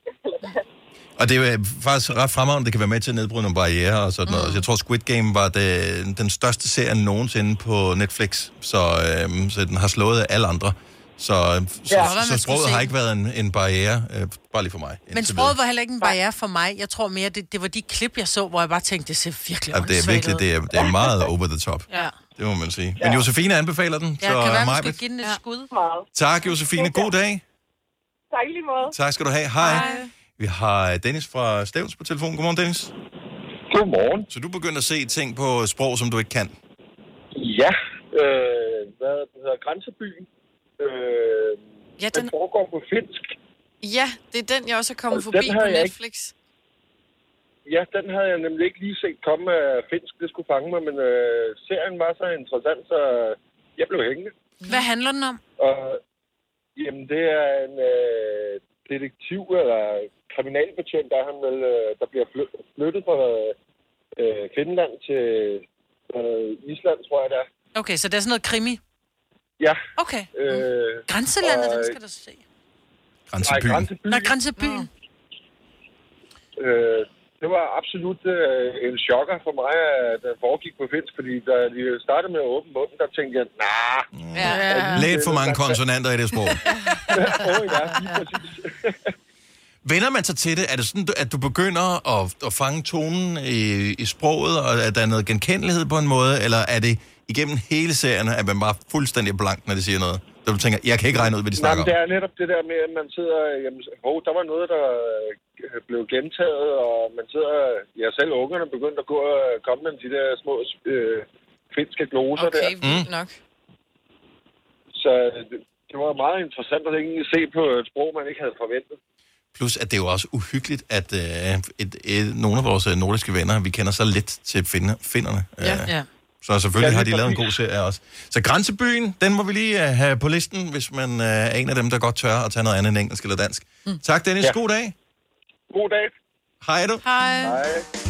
Og det er jo faktisk ret fremragende, det kan være med til at nedbryde nogle barrierer og sådan noget. Mm. Jeg tror, Squid Game var det, den største serie nogensinde på Netflix, så, øhm, så den har slået alle andre. Så, ja. så, så sproget har ikke været en, en barriere, øh, bare lige for mig. Men sproget var heller ikke en barriere for mig. Jeg tror mere, det, det var de klip, jeg så, hvor jeg bare tænkte, det ser virkelig ja, det er virkelig, det er, det er meget over the top. Ja. Det må man sige. Men Josefine anbefaler den, ja, så kan være, Majbrit. skal give den et skud. Tak, Josefine. God dag. Tak lige måde. Tak skal du have. Hej. Hej. Vi har Dennis fra Stevns på telefon. Godmorgen, Dennis. Godmorgen. Så du begynder at se ting på sprog, som du ikke kan? Ja. Øh, hvad hedder Grænsebyen? Øh, ja, den... den foregår på finsk. Ja, det er den, jeg også er kommet og forbi på Netflix. Ikke... Ja, den havde jeg nemlig ikke lige set komme af finsk. Det skulle fange mig, men øh, serien var så interessant, så jeg blev hængende. Hvad handler den om? Og, jamen, det er en øh, detektiv eller kriminalbetjent, der, han vel, øh, der bliver flyttet fra øh, Finland til øh, Island, tror jeg, der. Okay, så det er sådan noget krimi? Ja. Okay. Øh, Grænselandet, og, den skal du se. Grænsebyen. Nej, Grænsebyen. Nej, Grænsebyen. Øh, det var absolut øh, en chokker for mig, at det foregik på finsk, fordi da de startede med at åbne munden, der tænkte jeg, nah. Ja. Ja. Lidt for mange konsonanter i det sprog. oh, ja, lige præcis. Vender man sig til det? Er det sådan, at du begynder at, at fange tonen i, i sproget, og at der er noget genkendelighed på en måde, eller er det igennem hele serien, at man bare fuldstændig blank, når de siger noget? Da du tænker, jeg kan ikke regne ud, hvad de snakker om. Det er netop det der med, at man sidder, jamen, hov, der var noget, der blev gentaget, og man sidder, ja, selv ungerne begyndte at gå og komme med de der små øh, finske gloser okay, der. Okay, vildt nok. Så det, det var meget interessant at egentlig se på et sprog, man ikke havde forventet. Plus, at det er jo også uhyggeligt, at øh, et, et, nogle af vores nordiske venner, vi kender så lidt til finder, finderne. Ja, ja. Så selvfølgelig har de lavet en god serie også. Så Grænsebyen, den må vi lige uh, have på listen, hvis man uh, er en af dem, der godt tør at tage noget andet end engelsk eller dansk. Mm. Tak, Dennis. Ja. God dag. God dag. Hej du. Hej. Hej.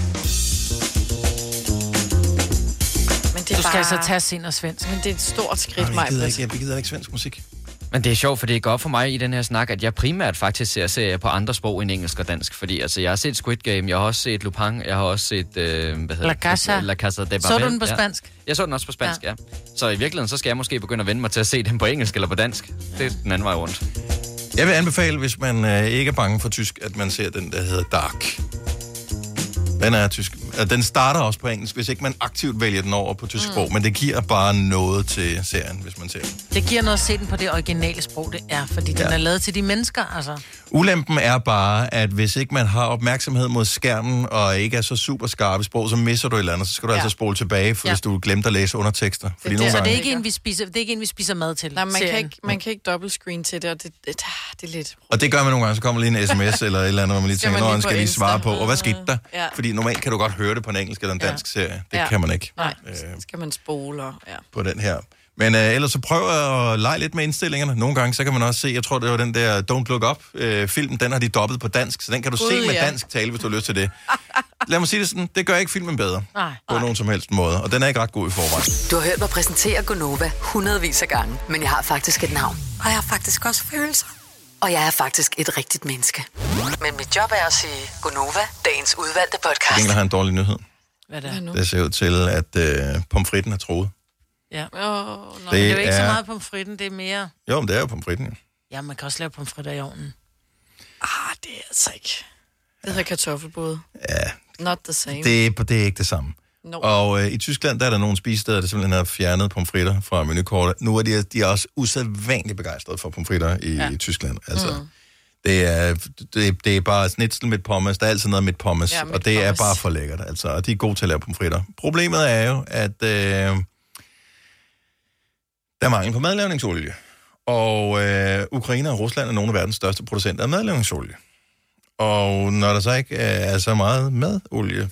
Men det er du skal bare... altså tage sind og svensk. Men det er et stort skridt, Nå, mig. Jeg gider ikke, jeg gider ikke svensk musik. Men det er sjovt, for det går op for mig i den her snak, at jeg primært faktisk ser serier på andre sprog end engelsk og dansk. Fordi altså, jeg har set Squid Game, jeg har også set Lupin, jeg har også set... Øh, hvad hedder La Casa. La Casa de Papel. Så du den på spansk? Ja. Jeg så den også på spansk, ja. ja. Så i virkeligheden, så skal jeg måske begynde at vende mig til at se den på engelsk eller på dansk. Det er den anden vej rundt. Jeg vil anbefale, hvis man øh, ikke er bange for tysk, at man ser den, der hedder Dark. Den er tysk. Den starter også på engelsk, hvis ikke man aktivt vælger den over på tysk mm. sprog, men det giver bare noget til serien, hvis man ser den. Det giver noget at se den på det originale sprog, det er, fordi den ja. er lavet til de mennesker, altså. Ulempen er bare, at hvis ikke man har opmærksomhed mod skærmen, og ikke er så super skarp i sprog, så misser du et eller andet, så skal du ja. altså spole tilbage, for ja. hvis du glemte at læse undertekster. Fordi det, det, så gange... det er ikke en, vi spiser, det er ikke en, vi spiser mad til. Nej, man serien. kan ikke, man kan ikke dobbeltscreen til det, og det, det, det er lidt... Og det gør man nogle gange, så kommer lige en sms eller et eller andet, hvor man lige tænker, når man skal lige svare på, og hvad skete der? Ja. Fordi normalt kan du godt høre det på en engelsk eller en dansk ja. serie. Det ja. kan man ikke. Nej, øh, skal man spole og... Ja. På den her. Men øh, ellers så prøv at lege lidt med indstillingerne. Nogle gange, så kan man også se, jeg tror, det var den der Don't Look Up øh, film, den har de dobbelt på dansk, så den kan du God, se med ja. dansk tale, hvis du har lyst til det. Lad mig sige det sådan, det gør ikke filmen bedre. Nej. På nogen som helst måde, og den er ikke ret god i forvejen. Du har hørt mig præsentere Gonova hundredvis af gange, men jeg har faktisk et navn. Og jeg har faktisk også følelser. Og jeg er faktisk et rigtigt menneske. Men mit job er at sige Gonova, dagens udvalgte podcast. Jeg har en dårlig nyhed. Hvad er det? Det ser ud til, at øh, pomfritten er troet. Ja. Oh, no. det, Det det er jo ikke er- så meget pomfritten, det er mere... Jo, men det er jo pomfritten, ja. Ja, man kan også lave pomfritter i ovnen. Ah, det er altså ikke... Det hedder kartoffelbåde. Ja. Not the same. Det er, det er ikke det samme. No. Og øh, i Tyskland, der er der nogle spisesteder, der simpelthen har fjernet pomfritter fra menukortet. Nu er de, de er også usædvanligt begejstrede for pomfritter i, ja. i Tyskland. Altså, mm. det, er, det, det er bare snitsel med pommes. Der er altid noget med pommes, Ja, og det pommes. er bare for lækkert. Altså, og de er gode til at lave pomfritter. Problemet er jo, at øh, der er mangel på madlavningsolie. Og øh, Ukraine og Rusland er nogle af verdens største producenter af madlavningsolie. Og når der så ikke er så meget madolie,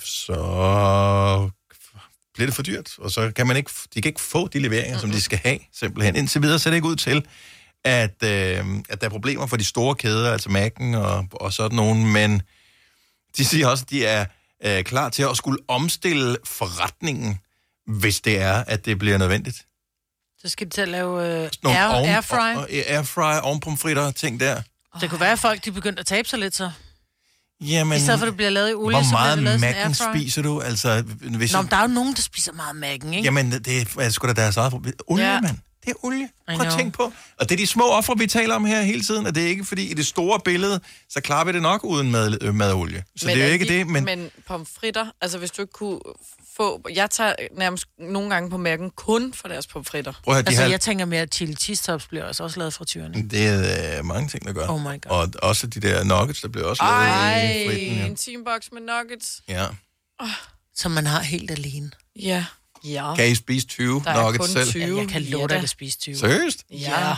så bliver det for dyrt. Og så kan man ikke, de kan ikke få de leveringer, som de skal have, simpelthen. Indtil videre ser det ikke ud til, at, øh, at der er problemer for de store kæder, altså Mac'en og, og sådan nogen. Men de siger også, at de er øh, klar til at skulle omstille forretningen, hvis det er, at det bliver nødvendigt. Så skal de til at lave øh, Nogle air, oven- airfry. og- og- Airfry, ovenpomfritter, ting der. Det kunne være, at folk de begyndte at tabe sig lidt så. Jamen, I stedet for, at det bliver lavet i olie, hvor så bliver meget det lavet sådan en Mac'en airfry. spiser du? Altså, hvis Nå, men der er jo nogen, der spiser meget Mac'en, ikke? Jamen, det er sgu da deres eget problem. Olie, Ja. ja. mand. Det er olie. I Prøv at know. tænke på. Og det er de små ofre, vi taler om her hele tiden, og det er ikke fordi, i det store billede, så klarer vi det nok uden mad, øh, madolie. Så men det er jo er ikke de, det, men... Men pomfritter, altså hvis du ikke kunne få... Jeg tager nærmest nogle gange på mærken kun for deres pomfritter. Prøv at høre, de Altså, har- jeg tænker mere, at chili cheese tops bliver også, også lavet fra tyrene. Det er øh, mange ting, der gør. Oh my God. Og også de der nuggets, der bliver også lavet Ej, i fritten. Ja. en teambox med nuggets. Ja. Som man har helt alene. Ja. Ja. Kan I spise tyve Der er nuggets kun selv? tyve. Ja, jeg kan love dig, at spise tyve. Seriøst? Ja.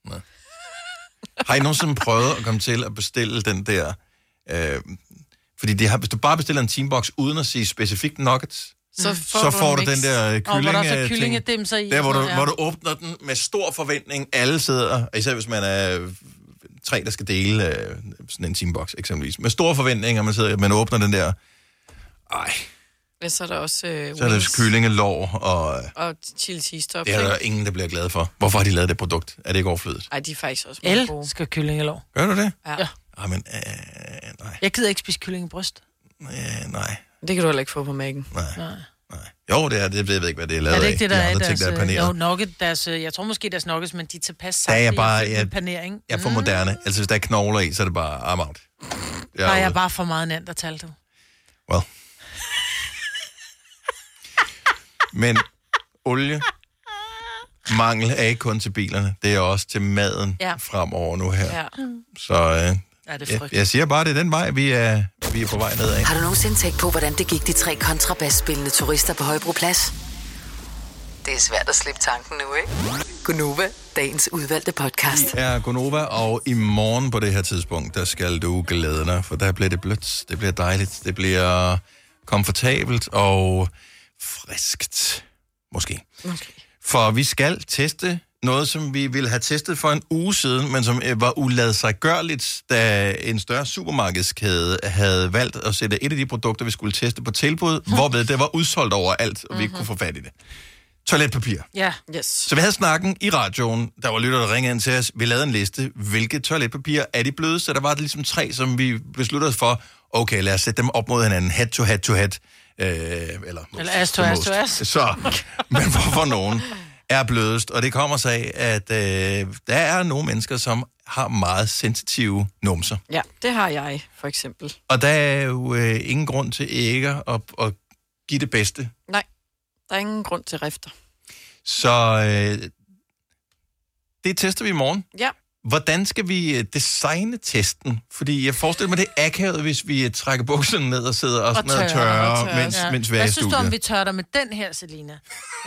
Har I nogensinde prøvet at komme til at bestille den der... Øh, fordi det har, hvis du bare bestiller en teambox uden at sige specifikt nuggets, Så mm. får så du får en du mix. den der Og hvor der også er kyllinge kyllingedimser i. Der, hvor og du, sådan hvor noget, du åbner den med stor forventning. Alle sidder, især hvis man er tre, der skal dele øh, sådan en teambox eksempelvis. Med store forventninger, man sidder, man åbner den der... Ej, Ja, så er der også øh, så er der kyllingelår, og og chili cheese tops. det er der ingen, der bliver glad for. Hvorfor har de lavet det produkt? Er det ikke overflødigt? Ej, de er faktisk også meget El gode. skal kyllingelår. Gør du det? Ja. Ja. Ej, men øh, nej. Jeg gider ikke spise kyllingebryst. Øh, nej. Det kan du heller ikke få på Mac'en. Nej. Jo, det er det. Jeg ved ikke, hvad det er lavet Er det ikke det, der af. De er andre deres... ting, der er øh, Jo, paneret. nugget, deres, øh, jeg tror måske deres nuggets, men de er tilpas Der er jeg saftige bare- og fyldt jeg- med panering. Jeg er for moderne. Altså, hvis der er knogler i, så er det bare I'm out. Der er jeg bare for meget neandertal, du. Well. Men olie, mangel er ikke kun til bilerne. Det er også til maden Ja. fremover nu her. Ja. Så øh, Ja, det er jeg, frygteligt. jeg siger bare, det er den vej, vi er, vi er på vej nedad. Har du nogensinde tænkt på, hvordan det gik de tre kontrabasspillende turister på Højbroplads? Det er svært at slippe tanken nu, ikke? Gunova, dagens udvalgte podcast. Det er Gonova, og i morgen på det her tidspunkt, der skal du glæde dig, for der bliver det blødt, det bliver dejligt, det bliver komfortabelt og friskt. Måske. Måske. For vi skal teste noget, som vi ville have testet for en uge siden, men som øh, var uladsiggørligt, da en større supermarkedskæde havde valgt at sætte et af de produkter, vi skulle teste på tilbud, hvorved det var udsolgt overalt, og vi ikke kunne få fat i det. Toiletpapir. Ja. Yes. Så vi havde snakken i radioen, der var lytter, der ringede ind til os. Vi lavede en liste, hvilke toiletpapir er de bløde, så der var ligesom tre, som vi besluttede os for, okay, lad os sætte dem op mod hinanden, head to head to head. Øh, eller Eller ass to ass to ass. Så, men hvorfor nogen er blødest? Og det kommer sig af, at øh, der er nogle mennesker, som har meget sensitive numser. Ja, det har jeg, for eksempel. Og der er jo øh, ingen grund til ikke at, at give det bedste. Nej, der er ingen grund til rifter. Så øh, det tester vi i morgen. Ja. Hvordan skal vi øh, designe testen? Fordi jeg forestiller mig, det er akavet, hvis vi øh, trækker bukserne ned og sidder og, sådan og tørrer, og tørrer mens, Ja. mens vi er Hvad i synes du studiet. om, vi tørrer dig med den her, Selina?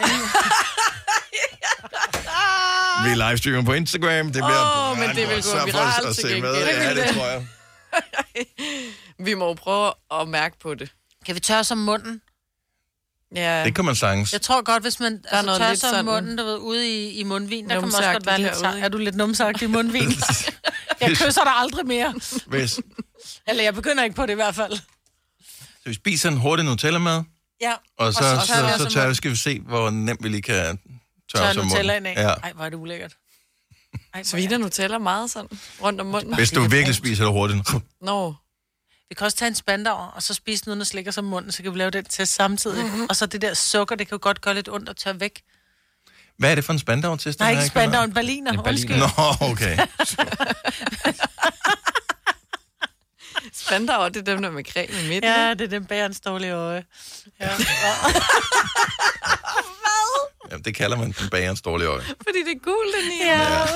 Vi livestreamer på Instagram. Det bliver Åh, men det vil gå så viralt folk at til se gengæld. med. Ja, det tror jeg. Vi må jo prøve at mærke på det. Kan vi tørre som munden? Ja. Det kan man sagtens. Jeg tror godt, hvis man Der er altså, noget tørrer lidt som sådan munden, du ved, ude i, i mundvin, der kan man også godt numseagtigt være lidt herude, sag. ikke? Er du lidt numsagtig i mundvin? Jeg kysser dig aldrig mere. Hvis, Eller jeg begynder ikke på det i hvert fald. så vi spiser en hurtig Nutella-mad, Ja. og så, Og så så, tørrer vi så, også så tørrer, munden. skal vi se, hvor nemt vi lige kan tørre Tør os om Nutellaen munden. af. Ja. Ej, hvor er det ulækkert. Sviner Nutella meget sådan rundt om munden. Hvis du virkelig spiser det hurtigt. Nå. Vi kan også tage en spandauer, og så spise noget, der slikker sig munden, så kan vi lave den til samtidig. Mm-hmm. Og så det der sukker, det kan jo godt gøre lidt ondt at tørre væk. Hvad er det for en spandauer-test? Nej, ikke spandauer, en berliner. En berliner. Nå, okay. Spandauer, det er dem, der med creme i midten. Ja, det er dem bærens dårlige øje. Ja. Jamen, det kalder man den bagerens dårlige øje. Fordi det er gult, den i. Ja. Ej,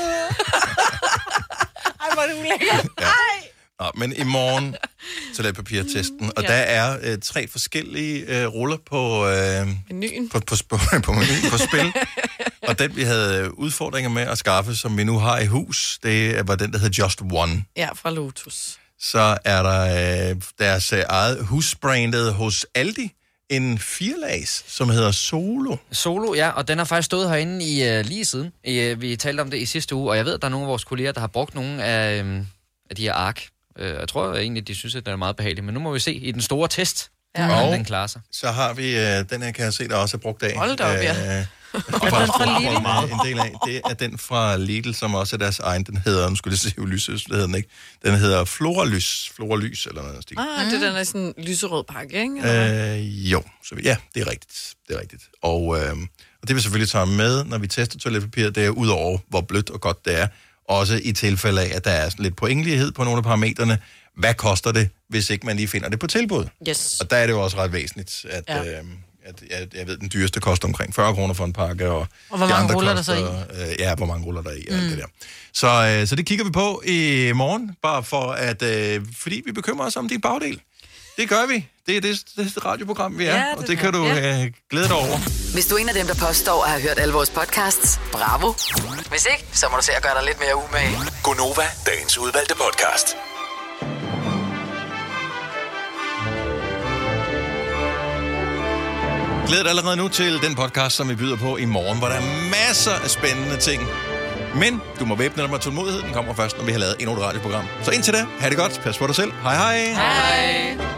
hvor er det ulækkert. Ja. Nå, men i morgen toiletpapirtesten, og ja. Der er øh, tre forskellige øh, ruller på, øh, menuen. På, på, på, på menuen på spil. Og den, vi havde udfordringer med at skaffe, som vi nu har i hus, det var den, der hedder Just One. Ja, fra Lotus. Så er der øh, deres øh, eget husbrandet hos Aldi, en firelags, som hedder Solo. Solo, ja, og den har faktisk stået herinde i uh, lige siden. I, uh, vi talte om det i sidste uge, og jeg ved, at der er nogle af vores kolleger, der har brugt nogle af, um, af de her ark. Uh, jeg tror egentlig, de synes, at det er meget behageligt, men nu må vi se i den store test, ja. hvordan Og den klarer sig. Så har vi, øh, den her kan jeg se, der også er brugt af. Hold da op, ja. Øh, og er den fra Lidl? Meget en del af. Det er den fra Lidl, som også er deres egen. Den hedder, nu skulle jeg se, lyset, det hedder den ikke. Den hedder Floralys, Floralys eller noget stil. Ah, det er den er sådan en lyserød pakke, ikke? Øh, jo, så ja, det er rigtigt. Det er rigtigt. Og, øh, og det vil selvfølgelig tage med, når vi tester toiletpapir, det er udover, hvor blødt og godt det er. Også i tilfælde af, at der er sådan lidt pointlighed på nogle af parametrene. Hvad koster det, hvis ikke man lige finder det på tilbud? Yes. Og der er det jo også ret væsentligt, at, ja. øh, at jeg, jeg ved, den dyreste koster omkring fyrre kroner for en pakke. Og, og hvor mange ruller der så i? Øh, ja, hvor mange ruller der er i. Mm. Det der. Så, øh, så det kigger vi på i morgen, bare for at, øh, fordi vi bekymrer os om din bagdel. Det gør vi. Det er det, det radioprogram, vi er, ja, det og det kan du øh, glæde dig over. Hvis du er en af dem, der påstår at have hørt alle vores podcasts, bravo. Hvis ikke, så må du se at gøre dig lidt mere umage. Gonova, dagens udvalgte podcast. Glæd dig allerede nu til den podcast, som vi byder på i morgen, hvor der er masser af spændende ting. Men du må væbne dig med tålmodighed. Den kommer først, når vi har lavet endnu et radioprogram. Så indtil da, ha' det godt. Pas på dig selv. Hej hej. Hej.